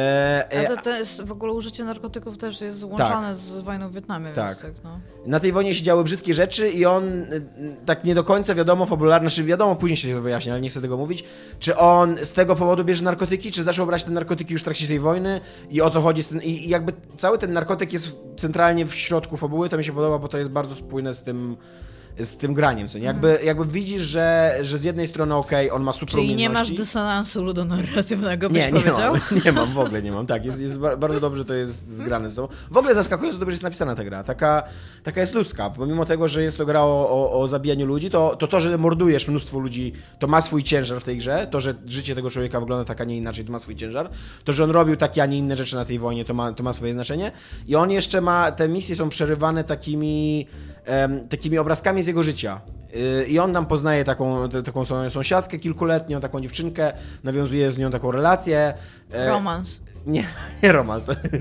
A to jest w ogóle użycie narkotyków też jest złączone z wojną w Wietnamie, Tak. więc tak, no. Na tej wojnie się działy brzydkie rzeczy i on tak nie do końca wiadomo fabularnie, znaczy wiadomo, później się to wyjaśnia, ale nie chcę tego mówić, czy on z tego powodu bierze narkotyki, czy zaczął brać te narkotyki już w trakcie tej wojny i o co chodzi z tym, i jakby cały ten narkotyk jest centralnie w środku fabuły, to mi się podoba, bo to jest bardzo spójne z tym graniem, co nie? Jakby widzisz, że z jednej strony on ma super Czyli nie masz umiejętności. dysonansu ludonarratywnego, byś Nie powiedział? mam, w ogóle nie mam. Tak, jest bardzo dobrze to jest zgrane z sobą. W ogóle zaskakująco dobrze jest napisana ta gra. Taka jest ludzka. Pomimo tego, że jest to gra o zabijaniu ludzi, to, że mordujesz mnóstwo ludzi, to ma swój ciężar w tej grze. To, że życie tego człowieka wygląda tak, a nie inaczej, to ma swój ciężar. To, że on robił takie, a nie inne rzeczy na tej wojnie, to ma swoje znaczenie. I on jeszcze te misje są przerywane takimi obrazkami z jego życia. I on tam poznaje taką swoją sąsiadkę kilkuletnią, taką dziewczynkę, nawiązuje z nią taką relację. Romans. Nie romans.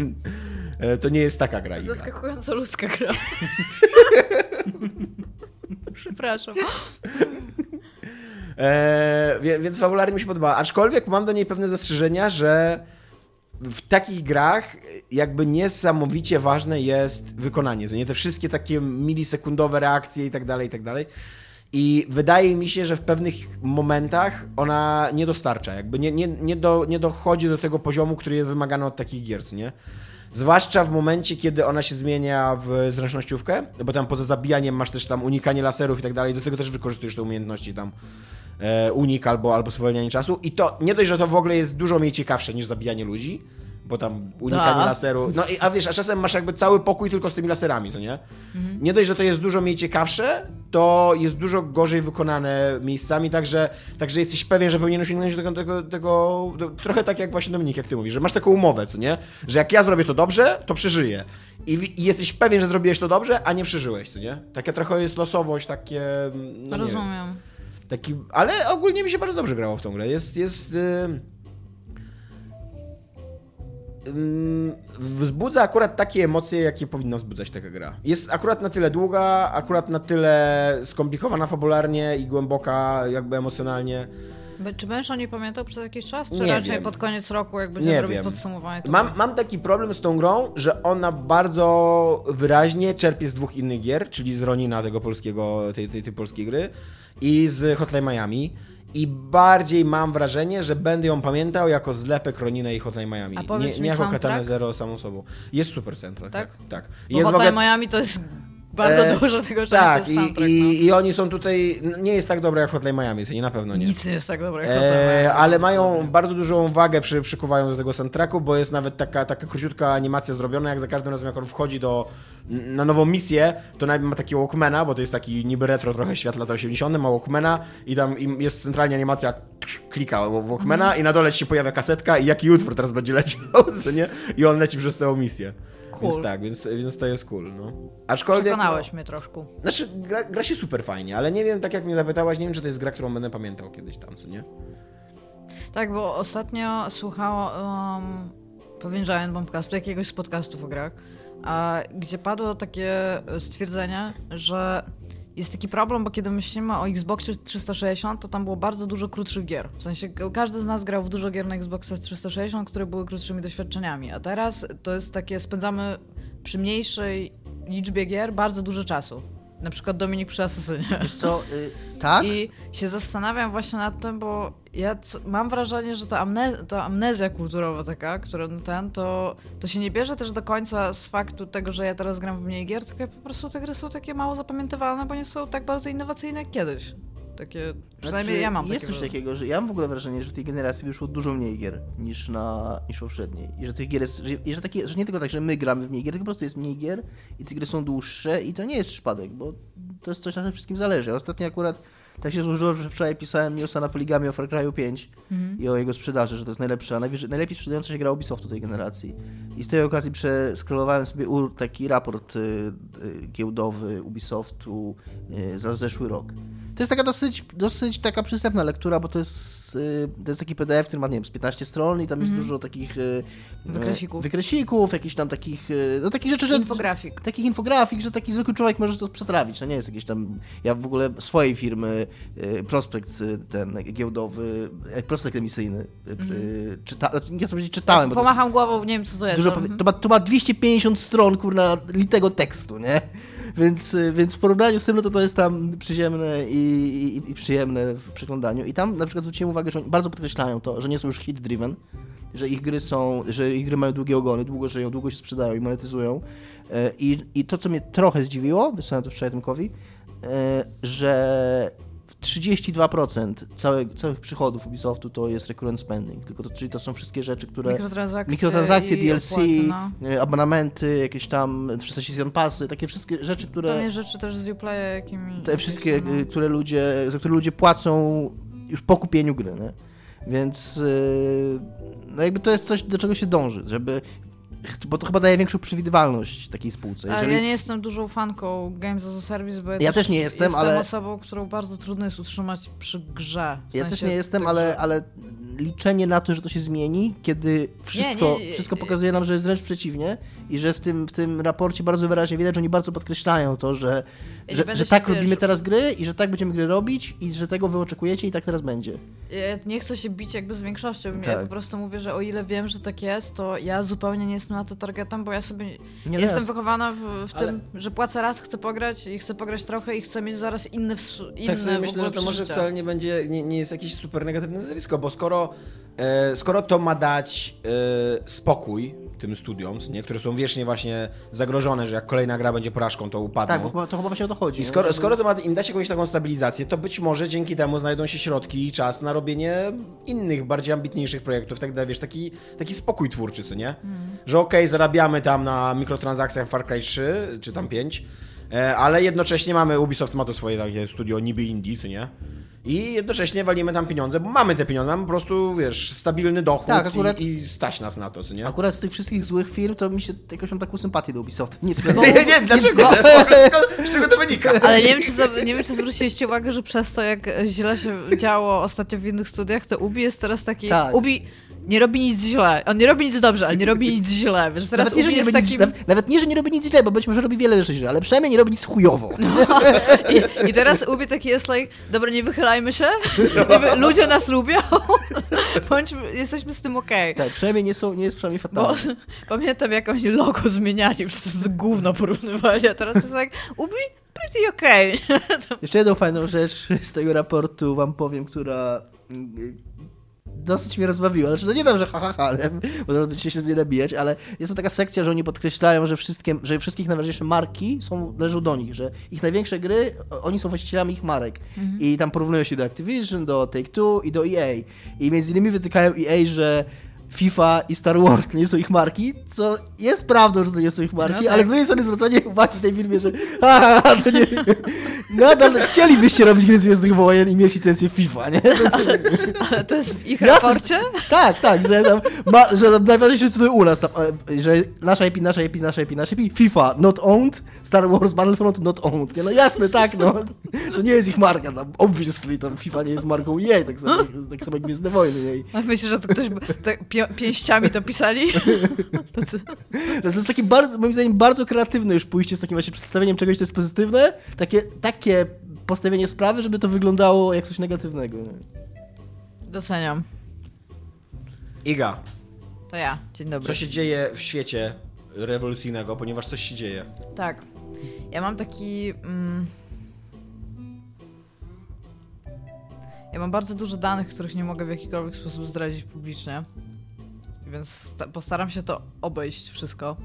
To nie jest taka gra. Zaskakująco ludzka gra. Przepraszam. Więc fabularnie mi się podoba. Aczkolwiek mam do niej pewne zastrzeżenia, że w takich grach jakby niesamowicie ważne jest wykonanie. Nie te wszystkie takie milisekundowe reakcje i tak dalej, i tak dalej. I wydaje mi się, że w pewnych momentach ona nie dostarcza. Jakby nie dochodzi do tego poziomu, który jest wymagany od takich gier, nie? Zwłaszcza w momencie, kiedy ona się zmienia w zręcznościówkę, bo tam poza zabijaniem masz też tam unikanie laserów i tak dalej, do tego też wykorzystujesz te umiejętności tam unik albo spowolnianie czasu i to nie dość, że to w ogóle jest dużo mniej ciekawsze niż zabijanie ludzi, bo tam unikanie laseru. No a wiesz, a czasem masz jakby cały pokój tylko z tymi laserami, co nie? Nie dość, że to jest dużo mniej ciekawsze, to jest dużo gorzej wykonane miejscami, także jesteś pewien, że powinieneś sięgnąć tego trochę tak jak właśnie Dominik, jak ty mówisz, że masz taką umowę, co nie? Że jak ja zrobię to dobrze, to przeżyję. I jesteś pewien, że zrobiłeś to dobrze, a nie przeżyłeś, co nie? Taka trochę jest losowość, takie... No rozumiem. Taki, ale ogólnie mi się bardzo dobrze grało w tą grę. Wzbudza akurat takie emocje, jakie powinna wzbudzać taka gra. Jest akurat na tyle długa, akurat na tyle skomplikowana fabularnie i głęboka jakby emocjonalnie. Czy będziesz o niej pamiętał przez jakiś czas? Czy nie raczej wiem. pod koniec roku, jak będziemy robić podsumowanie? To Mam taki problem z tą grą, że ona bardzo wyraźnie czerpie z dwóch innych gier, czyli z Ronina, tego polskiego, tej polskiej gry, i z Hotline Miami. I bardziej mam wrażenie, że będę ją pamiętał jako zlepek Ronina i Hotline Miami. Nie jako Katana Zero samą sobą. Jest super soundtrack. Tak. Bo Hotline Miami to jest bardzo dużo tego, że tak, jest soundtrack. I oni są tutaj... Nie jest tak dobre jak Hotline Miami, nie, na pewno nie. Nic nie jest tak dobre jak Hotline Miami. Ale mają bardzo dużą wagę przykuwają do tego soundtracku, bo jest nawet taka króciutka animacja zrobiona, jak za każdym razem jak on wchodzi na nową misję, to najpierw ma takiego Walkmana, bo to jest taki niby retro trochę świat lat 80, ma Walkmana i tam jest centralnie animacja, klika Walkmana i na dole ci się pojawia kasetka i jaki utwór teraz będzie leciał, co nie? I on leci przez całą misję. Cool. Więc tak, więc to jest cool, no. Aczkolwiek... Przekonałeś mnie troszkę. Znaczy, gra się super fajnie, ale nie wiem, tak jak mnie zapytałaś, nie wiem, czy to jest gra, którą będę pamiętał kiedyś tam, co nie? Tak, bo ostatnio słuchałam pewien Giant Bombcastu, jakiegoś z podcastów o grach, gdzie padło takie stwierdzenie, że jest taki problem, bo kiedy myślimy o Xboxie 360, to tam było bardzo dużo krótszych gier. W sensie każdy z nas grał w dużo gier na Xboxa 360, które były krótszymi doświadczeniami, a teraz to jest takie, spędzamy przy mniejszej liczbie gier bardzo dużo czasu. Na przykład Dominik przy Asasynie. Wiesz co, tak? I się zastanawiam właśnie nad tym, bo ja mam wrażenie, że ta amnezja kulturowa taka, która to się nie bierze też do końca z faktu tego, że ja teraz gram w mniej gier, tylko po prostu te gry są takie mało zapamiętywane, bo nie są tak bardzo innowacyjne jak kiedyś. Takie, przynajmniej ja mam Jest coś takiego, że ja mam w ogóle wrażenie, że w tej generacji wyszło dużo mniej gier niż w poprzedniej. I że tych gier jest, że nie tylko tak, że my gramy w mniej gier, tylko po prostu jest mniej gier i te gry są dłuższe i to nie jest przypadek, bo to jest coś, na czym wszystkim zależy. Ostatnio akurat tak się złożyło, że wczoraj pisałem newsa na Poligamie o Far Cry'u 5 i o jego sprzedaży, że to jest najlepsza, najlepiej sprzedająca się gra Ubisoftu tej generacji. I z tej okazji przeskrolowałem sobie taki raport giełdowy Ubisoftu za zeszły rok. To jest taka dosyć taka przystępna lektura, bo to jest taki PDF, który ma, nie wiem, z 15 stron i tam jest dużo takich wykreślików, jakichś tam takich, no takich rzeczy, że... Takich infografik, że taki zwykły człowiek może to przetrawić. To nie jest jakieś tam... Ja w ogóle swojej firmy prospekt ten giełdowy, prospekt emisyjny nie chcę powiedzieć czytałem. Pomacham głową, nie wiem co to jest. To ma 250 stron, kurna, litego tekstu, nie? Więc w porównaniu z tym, no to jest tam przyziemne i przyjemne w przeglądaniu. I tam na przykład zwróciłem uwagę, że oni bardzo podkreślają to, że nie są już hit-driven, że ich gry mają długie ogony, długo żyją, długo się sprzedają i monetyzują. I to, co mnie trochę zdziwiło, wysłałem to wczoraj Tomkowi, że 32% całych przychodów Ubisoftu to jest recurrent spending, czyli to są wszystkie rzeczy, które... Mikrotransakcje, DLC, opłaty, abonamenty, jakieś tam 360 pasy, takie wszystkie rzeczy, które... Pewnie rzeczy też z Uplaya, jakimi... Te wszystkie, za które ludzie płacą już po kupieniu gry, nie? Więc no jakby to jest coś, do czego się dąży, bo to chyba daje większą przewidywalność takiej spółce. Ale ja nie jestem dużą fanką Games as a Service, bo ja też nie jestem, ale... osobą, którą bardzo trudno jest utrzymać przy grze. Ja też nie jestem, ale liczenie na to, że to się zmieni, kiedy wszystko pokazuje nam, że jest wręcz przeciwnie i że w tym raporcie bardzo wyraźnie widać, że oni bardzo podkreślają to, że tak robimy teraz gry i że tak będziemy gry robić i że tego wy oczekujecie i tak teraz będzie. Ja nie chcę się bić jakby z większością. Tak. Ja po prostu mówię, że o ile wiem, że tak jest, to ja zupełnie nie jestem na to targetem, bo ja sobie jestem wychowana w tym, że płacę raz, chcę pograć i chcę pograć trochę i chcę mieć zaraz inne tak sobie myślę, że to może wcale nie jest jakieś super negatywne zjawisko, bo skoro to ma dać spokój tym studiom, nie? Które są wiecznie właśnie zagrożone, że jak kolejna gra będzie porażką, to upadną. Tak, bo to chyba właśnie o to chodzi. I skoro to im dać jakąś taką stabilizację, to być może dzięki temu znajdą się środki i czas na robienie innych, bardziej ambitniejszych projektów, tak dalej, wiesz, taki spokój twórczy, co nie? Że okej, zarabiamy tam na mikrotransakcjach Far Cry 3, czy tam 5, ale jednocześnie Ubisoft ma to swoje takie studio niby indie, co nie? I jednocześnie walimy tam pieniądze, bo mamy te pieniądze, mamy po prostu, wiesz, stabilny dochód tak, akurat, i stać nas na to, co nie? Akurat z tych wszystkich złych firm to mi się jakoś mam taką sympatię do Ubisoftu. Nie, dlaczego? Z czego to wynika? Ale nie wiem, czy zwróciliście uwagę, że przez to, jak źle się działo ostatnio w innych studiach, to Ubi jest teraz taki... Tak. Ubi nie robi nic źle. On nie robi nic dobrze, ale nie robi nic źle. Więc teraz nawet, nie, Ubi jest takim... nawet nie, że nie robi nic źle, bo być może robi wiele rzeczy źle, ale przynajmniej nie robi nic chujowo. I teraz Ubi taki jest like, dobra, nie wychylajmy się, ludzie nas lubią, jesteśmy z tym okej. Tak, przynajmniej nie jest przynajmniej Bo fatalny. pamiętam, jak oni logo zmieniali, wszyscy to gówno porównywali, a teraz jest like, Ubi pretty okej. Jeszcze jedną fajną rzecz z tego raportu wam powiem, która dosyć mnie rozbawiła. Znaczy, no nie dam, że ale bo teraz będziecie się z mnie nabijać, ale jest tam taka sekcja, że oni podkreślają, że wszystkich najważniejsze marki należą do nich, że ich największe gry, oni są właścicielami ich marek. I tam porównują się do Activision, do Take-Two i do EA. I między innymi wytykają EA, że FIFA i Star Wars to nie są ich marki, co jest prawdą, że to nie są ich marki, no tak. ale z drugiej strony zwracanie uwagi w tej filmie, że to nie... Nadal chcielibyście robić gry Gwiezdnych Wojen i mieć licencję FIFA, nie? Ale to jest w ich raporcie? Tak, że tam najważniejsze tutaj u nas, tam, że nasza IP, FIFA not owned, Star Wars Battlefront not owned. Nie? No jasne, tak, no. To nie jest ich marka, tam obviously, tam FIFA nie jest marką EA, tak samo jak Gwiezdne Wojny. Nie? A myślę, że to ktoś pięściami to pisali? To jest takie bardzo, moim zdaniem, bardzo kreatywne już pójście z takim właśnie przedstawieniem czegoś, co jest pozytywne, takie postawienie sprawy, żeby to wyglądało jak coś negatywnego. Nie? Doceniam. Iga, To ja. Dzień dobry. co się dzieje w świecie rewolucyjnego, ponieważ coś się dzieje? Tak. Ja mam taki... Ja mam bardzo dużo danych, których nie mogę w jakikolwiek sposób zdradzić publicznie. Więc postaram się to obejść wszystko.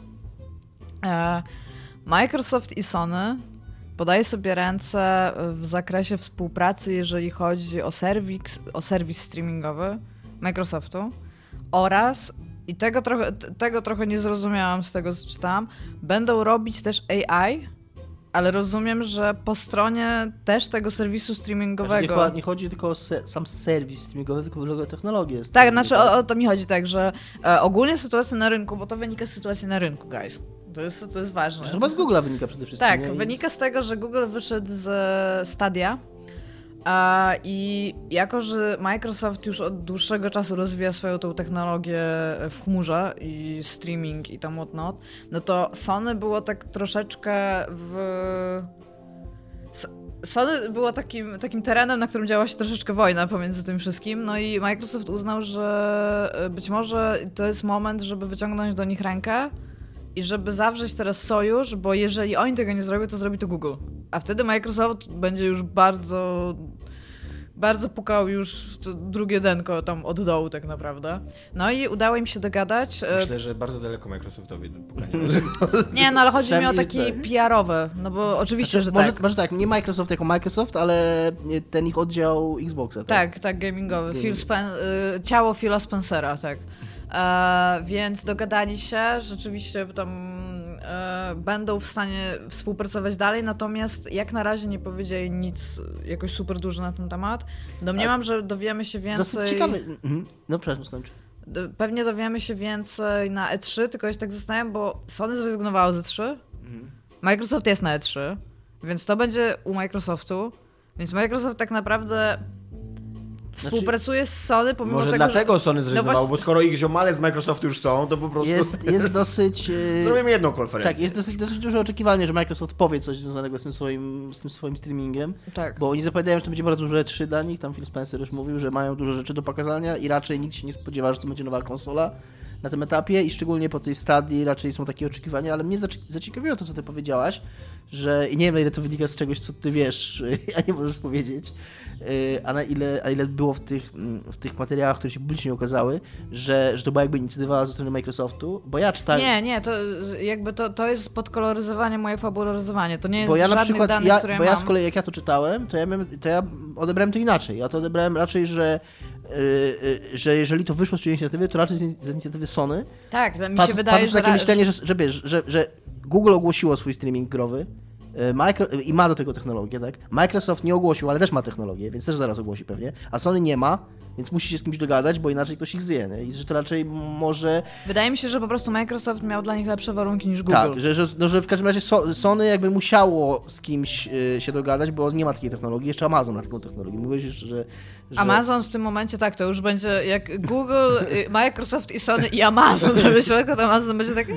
Microsoft i Sony podaje sobie ręce w zakresie współpracy, jeżeli chodzi o serwis streamingowy Microsoftu oraz, i tego trochę nie zrozumiałam z tego, co czytałam, będą robić też AI, ale rozumiem, że po stronie też tego serwisu streamingowego. Znaczy, nie chodzi tylko o sam serwis streamingowy, tylko w ogóle o technologię. Tak, znaczy o to mi chodzi, tak, że ogólnie sytuacja na rynku, bo to wynika z sytuacji na rynku, guys. To jest ważne. To chyba z Google'a wynika przede wszystkim. Tak, nie? wynika z tego, że Google wyszedł z Stadia i jako, że Microsoft już od dłuższego czasu rozwija swoją tą technologię w chmurze i streaming i tam whatnot, no to Sony było tak troszeczkę Sony było takim terenem, na którym działa się troszeczkę wojna pomiędzy tym wszystkim, no i Microsoft uznał, że być może to jest moment, żeby wyciągnąć do nich rękę i żeby zawrzeć teraz sojusz, bo jeżeli oni tego nie zrobią, to zrobi to Google. A wtedy Microsoft będzie już bardzo pukał już drugie denko tam od dołu tak naprawdę. No i udało im się dogadać. Myślę, że bardzo daleko Microsoftowi pukanie. Nie, no ale chodzi mi o taki tak. PR-owy, no bo oczywiście, znaczy, że tak. Może tak, nie Microsoft jako Microsoft, ale ten ich oddział Xboxa. Tak, gamingowy. Ciało Phila Spencera, tak. Więc dogadali się, rzeczywiście tam będą w stanie współpracować dalej, natomiast jak na razie nie powiedzieli nic jakoś super dużo na ten temat. Domniemam, że dowiemy się więcej... Dosyć ciekawy. No przepraszam, skończę. Pewnie dowiemy się więcej na E3, tylko ja się tak zastanawiam, bo Sony zrezygnowało z E3, Microsoft jest na E3, więc to będzie u Microsoftu, więc Microsoft tak naprawdę współpracuje z Sony, pomimo Może tego, dlatego że... Sony zrezygnowało, bo skoro ich ziomale z Microsoftu już są, to po prostu... Jest dosyć... Zrobimy jedną konferencję. Tak, jest dosyć duże oczekiwanie, że Microsoft powie coś związanego z tym swoim streamingiem. Tak. Bo oni zapowiadają, że to będzie bardzo dużo E3 dla nich. Tam Phil Spencer już mówił, że mają dużo rzeczy do pokazania i raczej nikt się nie spodziewa, że to będzie nowa konsola. na tym etapie i szczególnie po tej stadii raczej są takie oczekiwania, ale mnie zaciekawiło to, co ty powiedziałaś, że i nie wiem, na ile to wynika z czegoś, co ty wiesz, a nie możesz powiedzieć, a na ile było w tych materiałach, które się publicznie ukazały, że to była jakby inicjatywa ze strony Microsoftu, bo ja czytałem... Nie, to jakby to jest podkoloryzowanie, moje fabularyzowanie, to nie jest bo ja żadnych na przykład, danych, które bo mam. ja z kolei, jak ja to czytałem, to ja odebrałem to inaczej. Ja to odebrałem raczej, że jeżeli to wyszło z czyjejś inicjatywy, to raczej z inicjatywy Sony. Tak, mi się wydaje, patrząc że... takie myślenie, że Google ogłosiło swój streaming growy i ma do tego technologię, tak? Microsoft nie ogłosił, ale też ma technologię, więc też zaraz ogłosi pewnie, a Sony nie ma, więc musi się z kimś dogadać, bo inaczej ktoś ich zje, nie? I że to raczej może... Wydaje mi się, że po prostu Microsoft miał dla nich lepsze warunki niż Google. Tak, że w każdym razie Sony jakby musiało z kimś się dogadać, bo nie ma takiej technologii, jeszcze Amazon ma taką technologię. Mówiłeś, że... Amazon w tym momencie tak, to już będzie jak Google, Microsoft i Sony i Amazon, to myślę, że Amazon będzie tak...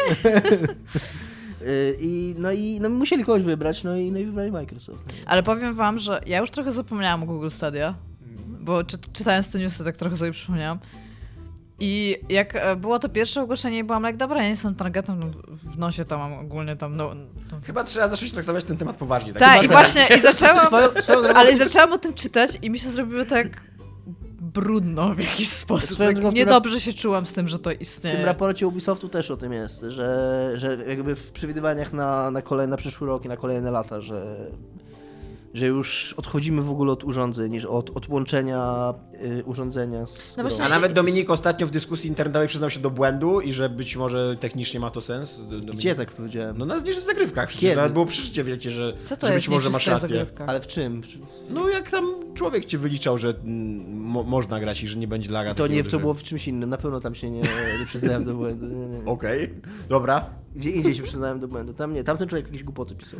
I musieli kogoś wybrać, no i wybrali Microsoft. Ale powiem wam, że ja już trochę zapomniałam o Google Stadia, bo czytając te newsy tak trochę sobie przypomniałam. I jak było to pierwsze ogłoszenie, byłam jak, dobra, ja nie jestem targetem, w nosie to mam ogólnie tam... Chyba trzeba zacząć traktować ten temat poważnie. Tak, i właśnie, i zaczęłam, ale zaczęłam o tym czytać i mi się zrobiło tak brudno w jakiś sposób. Tak niedobrze się czułam z tym, że to istnieje. W tym raporcie Ubisoftu też o tym jest, że jakby w przewidywaniach na przyszły rok i na kolejne lata, że już odchodzimy w ogóle od urządzeń, od łączenia urządzenia z no właśnie, a nawet Dominik ostatnio w dyskusji internetowej przyznał się do błędu i że być może technicznie ma to sens. Dominik... Gdzie tak powiedziałem? No na zagrywkach przecież. Nawet było przeżycie wielkie, że być może masz rację. Zagrywka? Ale w czym? No jak tam człowiek ci wyliczał, że można grać i że nie będzie laga. To było w czymś innym. Na pewno tam się nie przyznałem do błędu. Nie. Okej, dobra. Gdzie indziej się przyznałem do błędu. Tamten człowiek jakieś głupoty pisał.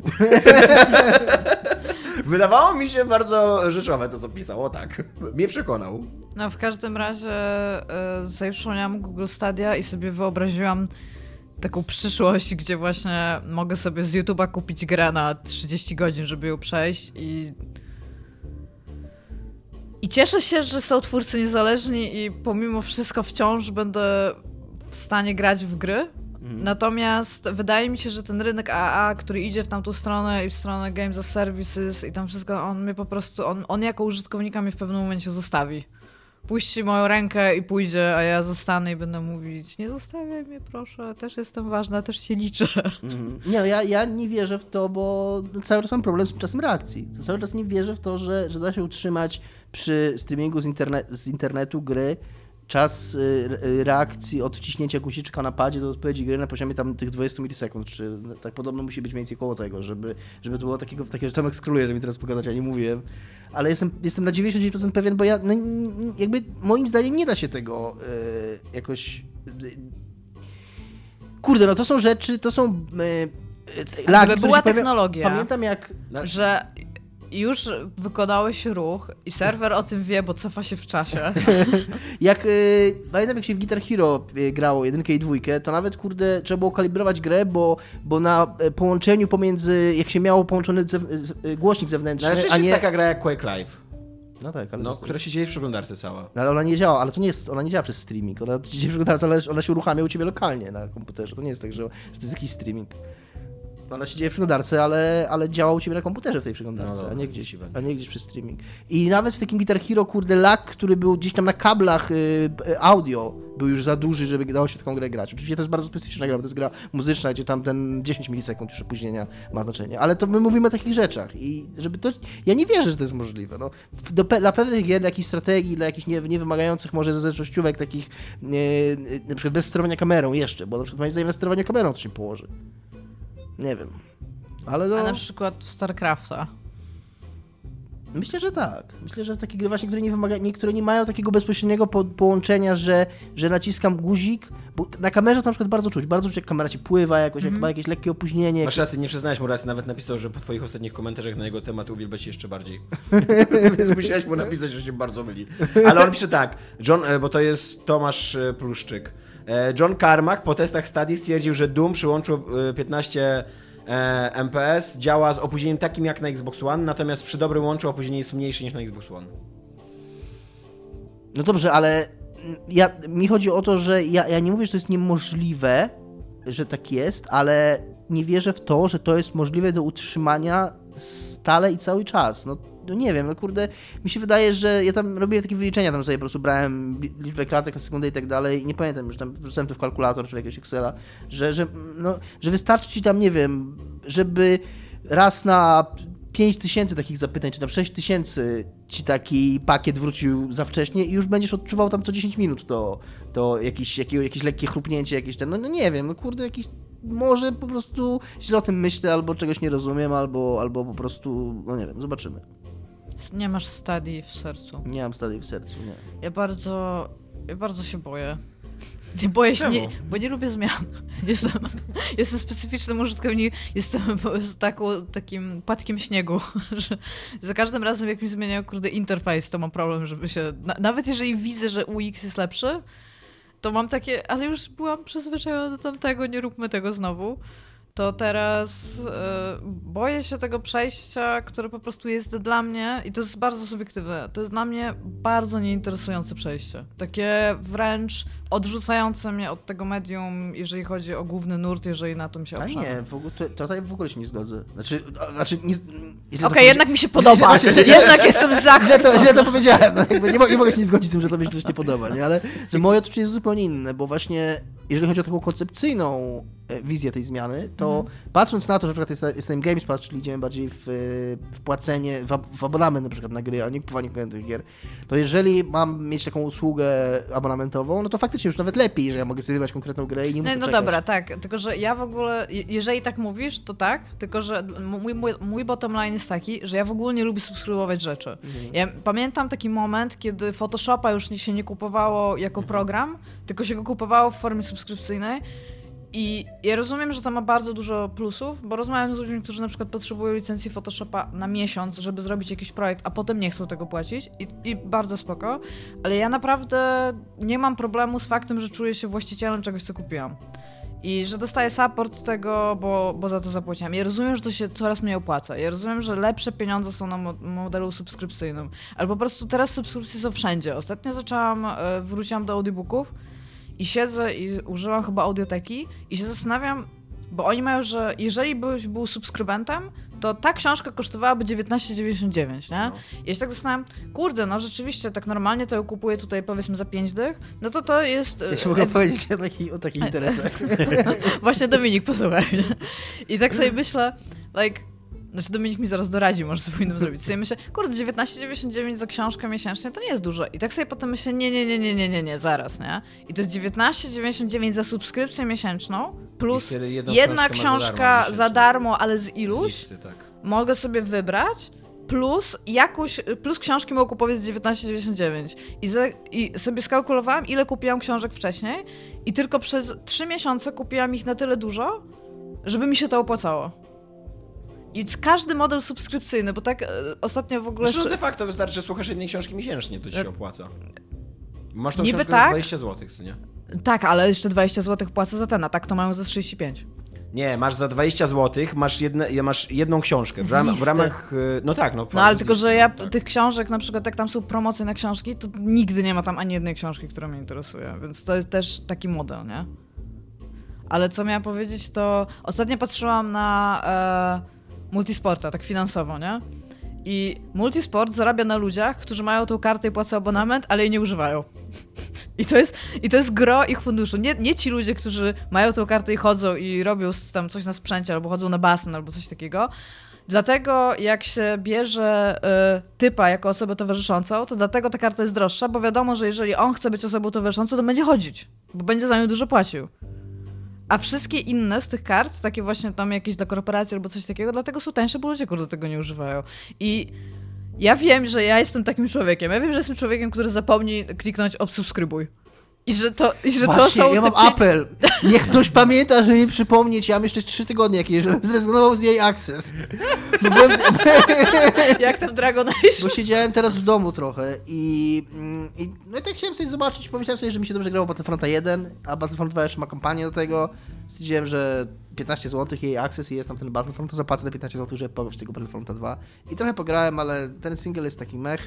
Wydawało mi się bardzo rzeczowe to, co pisał, o tak. Mnie przekonał. No w każdym razie sobie przypomniałam Google Stadia i sobie wyobraziłam taką przyszłość, gdzie właśnie mogę sobie z YouTube'a kupić grę na 30 godzin, żeby ją przejść i cieszę się, że są twórcy niezależni i pomimo wszystko wciąż będę w stanie grać w gry. Natomiast wydaje mi się, że ten rynek AA, który idzie w tamtą stronę i w stronę Games as Services i tam wszystko, on mnie po prostu, on jako użytkownika mnie w pewnym momencie zostawi. Puści moją rękę i pójdzie, a ja zostanę i będę mówić, nie zostawiaj mnie proszę, też jestem ważna, też się liczę. Nie, no ja nie wierzę w to, bo cały czas mam problem z czasem reakcji. Cały czas nie wierzę w to, że da się utrzymać przy streamingu z internetu gry czas reakcji od wciśnięcia guziczka na padzie do odpowiedzi gry na poziomie tam tych 20 milisekund, czy tak podobno musi być mniej więcej koło tego, żeby to było takiego, że Tomek skróluje, żeby mi teraz pokazać, ja nie mówiłem, ale jestem na 99% pewien, bo ja jakby moim zdaniem nie da się tego jakoś... Kurde, no to są rzeczy, to są lagi, była które się technologia, pamiętam jak... że już wykonałeś ruch i serwer o tym wie, bo cofa się w czasie. Pamiętam jak się w Guitar Hero grało 1 i 2, to nawet kurde trzeba było kalibrować grę, bo na połączeniu pomiędzy, jak się miało połączony głośnik zewnętrzny, ale a nie... jest taka gra jak Quake Live. No tak, ale... która się dzieje w przeglądarce cała. No, ale ona nie działa, ale to nie jest, ona nie działa przez streaming, ona dzieje w przeglądarce, ale ona się uruchamia u ciebie lokalnie na komputerze, to nie jest tak, że to jest jakiś streaming. Ona się dzieje w przeglądarce, ale działa u ciebie na komputerze w tej przeglądarce, a nie gdzieś przez streaming. I nawet w takim Guitar Hero, kurde, lag, który był gdzieś tam na kablach audio, był już za duży, żeby dało się w taką grę grać. Oczywiście to jest bardzo specyficzna gra, bo to jest gra muzyczna, gdzie tam ten 10 milisekund już opóźnienia ma znaczenie. Ale to my mówimy o takich rzeczach i żeby to... Ja nie wierzę, że to jest możliwe. No. Dla pewnych gier, dla jakichś strategii, dla jakichś niewymagających może zazwyczajówek takich, na przykład bez sterowania kamerą jeszcze, bo na przykład moim zdaniem na sterowanie kamerą to się położy. Nie wiem. Ale no... A na przykład w StarCrafta. Myślę, że tak. Myślę, że takie gry właśnie, które nie mają takiego bezpośredniego połączenia, że naciskam guzik, bo na kamerze to na przykład bardzo czuć jak kamera ci pływa jakoś, jak ma jakieś lekkie opóźnienie. Masz rację, nie przyznałeś mu racji, nawet napisał, że po twoich ostatnich komentarzach na jego temat uwielbia się jeszcze bardziej. Więc musiałeś mu napisać, że się bardzo myli. Ale on pisze tak, bo to jest Tomasz Pluszczyk. John Carmack po testach Stadia stwierdził, że Doom przy łączu 15 MPS działa z opóźnieniem takim jak na Xbox One, natomiast przy dobrym łączu opóźnienie jest mniejsze niż na Xbox One. No dobrze, ale mi chodzi o to, że ja nie mówię, że to jest niemożliwe, że tak jest, ale nie wierzę w to, że to jest możliwe do utrzymania stale i cały czas. No nie wiem, no kurde, mi się wydaje, że ja tam robiłem takie wyliczenia, tam sobie po prostu brałem liczbę klatek na sekundę i tak dalej i nie pamiętam, już tam wrzucałem to w kalkulator czy w jakiegoś Excela, że wystarczy ci tam, nie wiem, żeby raz na 5000 takich zapytań, czy na 6000 ci taki pakiet wrócił za wcześnie i już będziesz odczuwał tam co 10 minut to jakieś lekkie chrupnięcie, jakieś ten, no nie wiem, no kurde, jakiś może po prostu źle o tym myślę, albo czegoś nie rozumiem, albo po prostu, no nie wiem, zobaczymy. Nie masz stadii w sercu. Nie mam stadii w sercu, nie. Ja bardzo się boję. Nie boję się, bo nie lubię zmian. Jestem specyficznym użytkownikiem, jestem takim płatkiem śniegu, że za każdym razem jak mi zmieniają interfejs, to mam problem, żeby się... Nawet jeżeli widzę, że UX jest lepszy, to mam takie, ale już byłam przyzwyczajona do tamtego, nie róbmy tego znowu. To teraz boję się tego przejścia, które po prostu jest dla mnie, i to jest bardzo subiektywne, to jest dla mnie bardzo nieinteresujące przejście. Takie wręcz odrzucające mnie od tego medium, jeżeli chodzi o główny nurt, jeżeli na tym się oprzemy. A nie, tutaj w ogóle się nie zgodzę. Okej, jednak mi się podoba. Jednak jestem zachwycony. Źle to powiedziałem. No, nie mogę się nie zgodzić z tym, że to mi się coś nie podoba, nie? Ale że moje odczucie jest zupełnie inne, bo właśnie jeżeli chodzi o taką koncepcyjną wizję tej zmiany, to patrząc na to, że na przykład jestem GameSpot, czyli idziemy bardziej w płacenie, w abonament na przykład na gry, a nie kupowanie tych gier, to jeżeli mam mieć taką usługę abonamentową, no to faktycznie już nawet lepiej, że ja mogę sobie wybrać konkretną grę i nie muszę czekać. Dobra, tak, tylko że ja w ogóle, jeżeli tak mówisz, to tak, tylko że mój bottom line jest taki, że ja w ogóle nie lubię subskrybować rzeczy. Ja pamiętam taki moment, kiedy Photoshopa już się nie kupowało jako program, tylko się go kupowało w formie subskrypcyjnej. I ja rozumiem, że to ma bardzo dużo plusów, bo rozmawiam z ludźmi, którzy na przykład potrzebują licencji Photoshopa na miesiąc, żeby zrobić jakiś projekt, a potem nie chcą tego płacić i bardzo spoko, ale ja naprawdę nie mam problemu z faktem, że czuję się właścicielem czegoś, co kupiłam. I że dostaję support z tego, bo za to zapłaciłam. Ja rozumiem, że to się coraz mniej opłaca. Ja rozumiem, że lepsze pieniądze są na modelu subskrypcyjnym. Ale po prostu teraz subskrypcje są wszędzie. Ostatnio wróciłam do audiobooków i siedzę i użyłam chyba audioteki i się zastanawiam, bo oni mają, że jeżeli byś był subskrybentem, to ta książka kosztowałaby 19,99, nie? No. I ja się tak zastanawiam, kurde, no rzeczywiście, tak normalnie to ją kupuję tutaj powiedzmy za 5 dych, no to jest... Ja się mogę powiedzieć o takich interesach. Właśnie Dominik, posłuchaj. I tak sobie myślę, znaczy Dominik mi zaraz doradzi, może co powinnam zrobić. Sobie myślę, kurde, 19,99 za książkę miesięcznie to nie jest dużo. I tak sobie potem myślę, nie, zaraz, nie? I to jest 19,99 za subskrypcję miesięczną, plus jedna książka za darmo, ale z iluś. Listy, tak. Mogę sobie wybrać, plus książki mogę kupować z 19,99. I sobie skalkulowałam, ile kupiłam książek wcześniej i tylko przez 3 miesiące kupiłam ich na tyle dużo, żeby mi się to opłacało. I każdy model subskrypcyjny, bo tak ostatnio w ogóle... Zresztą de facto wystarczy, że słuchasz jednej książki miesięcznie, to ci się opłaca. Masz tą niby książkę tak, za 20 zł, co nie? Tak, ale jeszcze 20 zł płacę za ten, a tak to mają za 35. Nie, masz za 20 zł, masz jedną książkę. W ramach... No tak, no. No ale tylko, że ja tych książek, na przykład jak tam są promocje na książki, to nigdy nie ma tam ani jednej książki, która mnie interesuje, więc to jest też taki model, nie? Ale co miałam powiedzieć, to ostatnio patrzyłam na Multisporta, tak finansowo, nie? I Multisport zarabia na ludziach, którzy mają tą kartę i płacą abonament, ale jej nie używają. I to jest gro ich funduszu. Nie ci ludzie, którzy mają tą kartę i chodzą i robią tam coś na sprzęcie, albo chodzą na basen, albo coś takiego. Dlatego jak się bierze typa jako osobę towarzyszącą, to dlatego ta karta jest droższa, bo wiadomo, że jeżeli on chce być osobą towarzyszącą, to będzie chodzić, bo będzie za nią dużo płacił. A wszystkie inne z tych kart, takie właśnie tam jakieś dla korporacji albo coś takiego, dlatego są tańsze, bo ludzie do tego nie używają. I ja wiem, że ja jestem takim człowiekiem. Ja wiem, że jestem człowiekiem, który zapomni kliknąć obsubskrybuj. I że Właśnie, to są... Ja mam apel. Niech ktoś pamięta, żeby mi przypomnieć. Ja mam jeszcze 3 tygodnie jakieś, żebym zrezygnował z jej Access. No Jak tam Dragon Age? Bo siedziałem teraz w domu trochę i tak chciałem sobie zobaczyć. Pomyślałem sobie, że mi się dobrze grało Battlefronta 1, a Battlefront 2 jeszcze ma kampanię do tego. Stwierdziłem, że 15 zł jej Access i jest tam ten Battlefront, to zapłacę te 15 zł, żeby pograć tego Battlefronta 2. I trochę pograłem, ale ten single jest taki mech.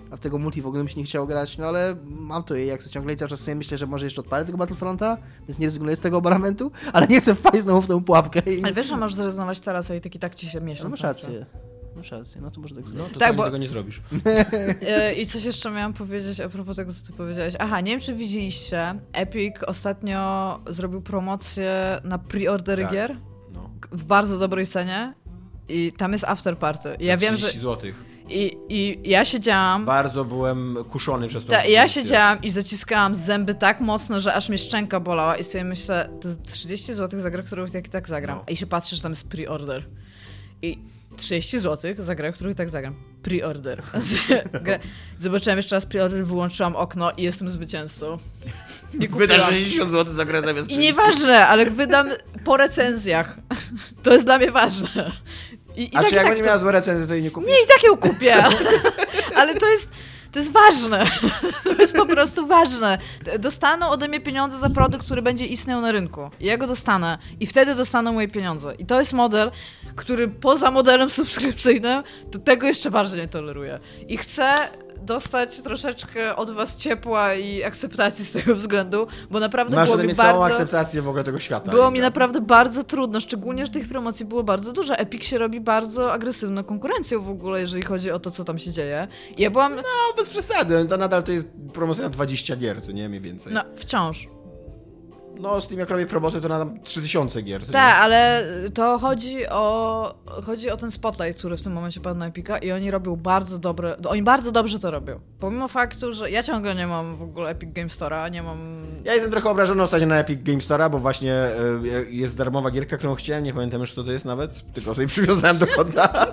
a w tego multi w ogóle mi się nie chciało grać, no ale mam to jak ciągle i cały czas sobie myślę, że może jeszcze odpalę tego Battlefronta, więc nie rezygnuję z tego abonamentu, ale nie chcę wpaść znowu w tą pułapkę. Ale wiesz, że możesz zrezygnować teraz, a i tak ci się No, miesiąc. masz rację, no to może tak zrobić. No to Tak, bo- tego nie zrobisz. I coś jeszcze miałam powiedzieć a propos tego, co ty powiedziałeś. Aha, nie wiem, czy widzieliście, Epic ostatnio zrobił promocję na pre-ordery Tak. gier No. w bardzo dobrej cenie i tam jest after party. I ja wiem, że... 30 złotych. I ja siedziałam... Bardzo byłem kuszony przez to. Ja siedziałam i zaciskałam zęby tak mocno, że aż mnie szczęka bolała i sobie myślę, to jest 30 zł za grę, którą i tak zagram. No. I się patrzę, że tam jest pre-order. I 30 zł za grę, którą i tak zagram. Pre-order. Zobaczyłam jeszcze raz pre-order, wyłączyłam okno i jestem zwycięzcą. Nie Wydasz kupiłam. 60 zł za grę zamiast I nieważne, ale wydam po recenzjach. To jest dla mnie ważne. I A tak, czy jak tak będzie miała złe recenzje, to jej nie kupisz? nie, i tak ją kupię, ale to jest ważne. To jest po prostu ważne. Dostaną ode mnie pieniądze za produkt, który będzie istniał na rynku. I ja go dostanę. I wtedy dostaną moje pieniądze. I to jest model, który poza modelem subskrypcyjnym, to tego jeszcze bardziej nie toleruję. I chcę dostać troszeczkę od was ciepła i akceptacji z tego względu, bo naprawdę Masz było ode mi mnie całą bardzo... akceptację w ogóle tego świata. Było mi naprawdę bardzo trudno, szczególnie, że tych promocji było bardzo dużo. Epic się robi bardzo agresywną konkurencją w ogóle, jeżeli chodzi o to, co tam się dzieje. I ja byłam... No, bez przesady. To nadal to jest promocja na 20 gier, co nie? Mniej więcej. No, wciąż. No, z tym jak robię promocję, to nadam 3000 gier. co nie? Tak, ale to chodzi o ten spotlight, który w tym momencie padł na Epica i oni robią bardzo dobre... Oni bardzo dobrze to robią. Pomimo faktu, że ja ciągle nie mam w ogóle Epic Game Store'a, nie mam... Ja jestem trochę obrażony ostatnio na Epic Game Store'a, bo właśnie jest darmowa gierka, którą chciałem, nie pamiętam już co to jest nawet, tylko sobie przywiązałem do konta.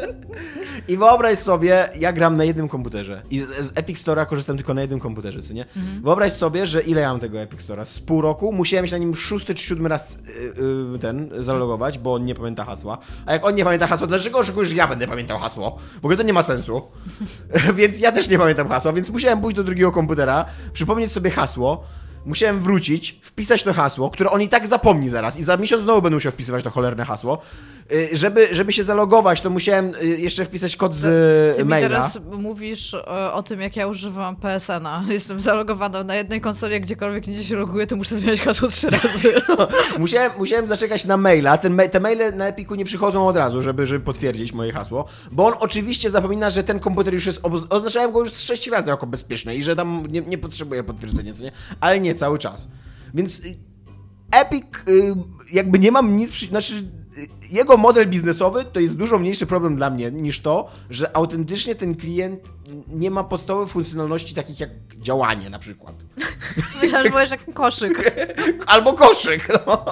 I wyobraź sobie, ja gram na jednym komputerze i z Epic Store'a korzystam tylko na jednym komputerze, co nie? Wyobraź sobie, że ile ja mam tego Epic Store'a? Z pół roku musiałem się na nim 6. czy 7. raz zalogować, bo on nie pamięta hasła. A jak on nie pamięta hasła, to dlaczego oczekujesz, że ja będę pamiętał hasło? W ogóle to nie ma sensu. Więc ja też nie pamiętam hasła, więc musiałem pójść do drugiego komputera, przypomnieć sobie hasło. Musiałem wrócić, wpisać to hasło, które on i tak zapomni zaraz i za miesiąc znowu będę musiał wpisywać to cholerne hasło. Żeby się zalogować, to musiałem jeszcze wpisać kod z Ty mi maila. teraz mówisz o tym, jak ja używam PSN-a. Jestem zalogowana na jednej konsoli, jak gdziekolwiek indziej się loguję, to muszę zmieniać hasło 3 razy. Musiałem zaczekać na maila. Te maile na Epiku nie przychodzą od razu, żeby potwierdzić moje hasło, bo on oczywiście zapomina, że ten komputer już jest... Oznaczałem go już 6 razy jako bezpieczny i że tam nie potrzebuje potwierdzenia, co nie? Ale nie cały czas. Więc Epic jakby nie mam nic... Znaczy, jego model biznesowy to jest dużo mniejszy problem dla mnie niż to, że autentycznie ten klient nie ma podstawowych funkcjonalności takich jak działanie na przykład. Myślałam, że powiesz jak koszyk. Albo koszyk, no.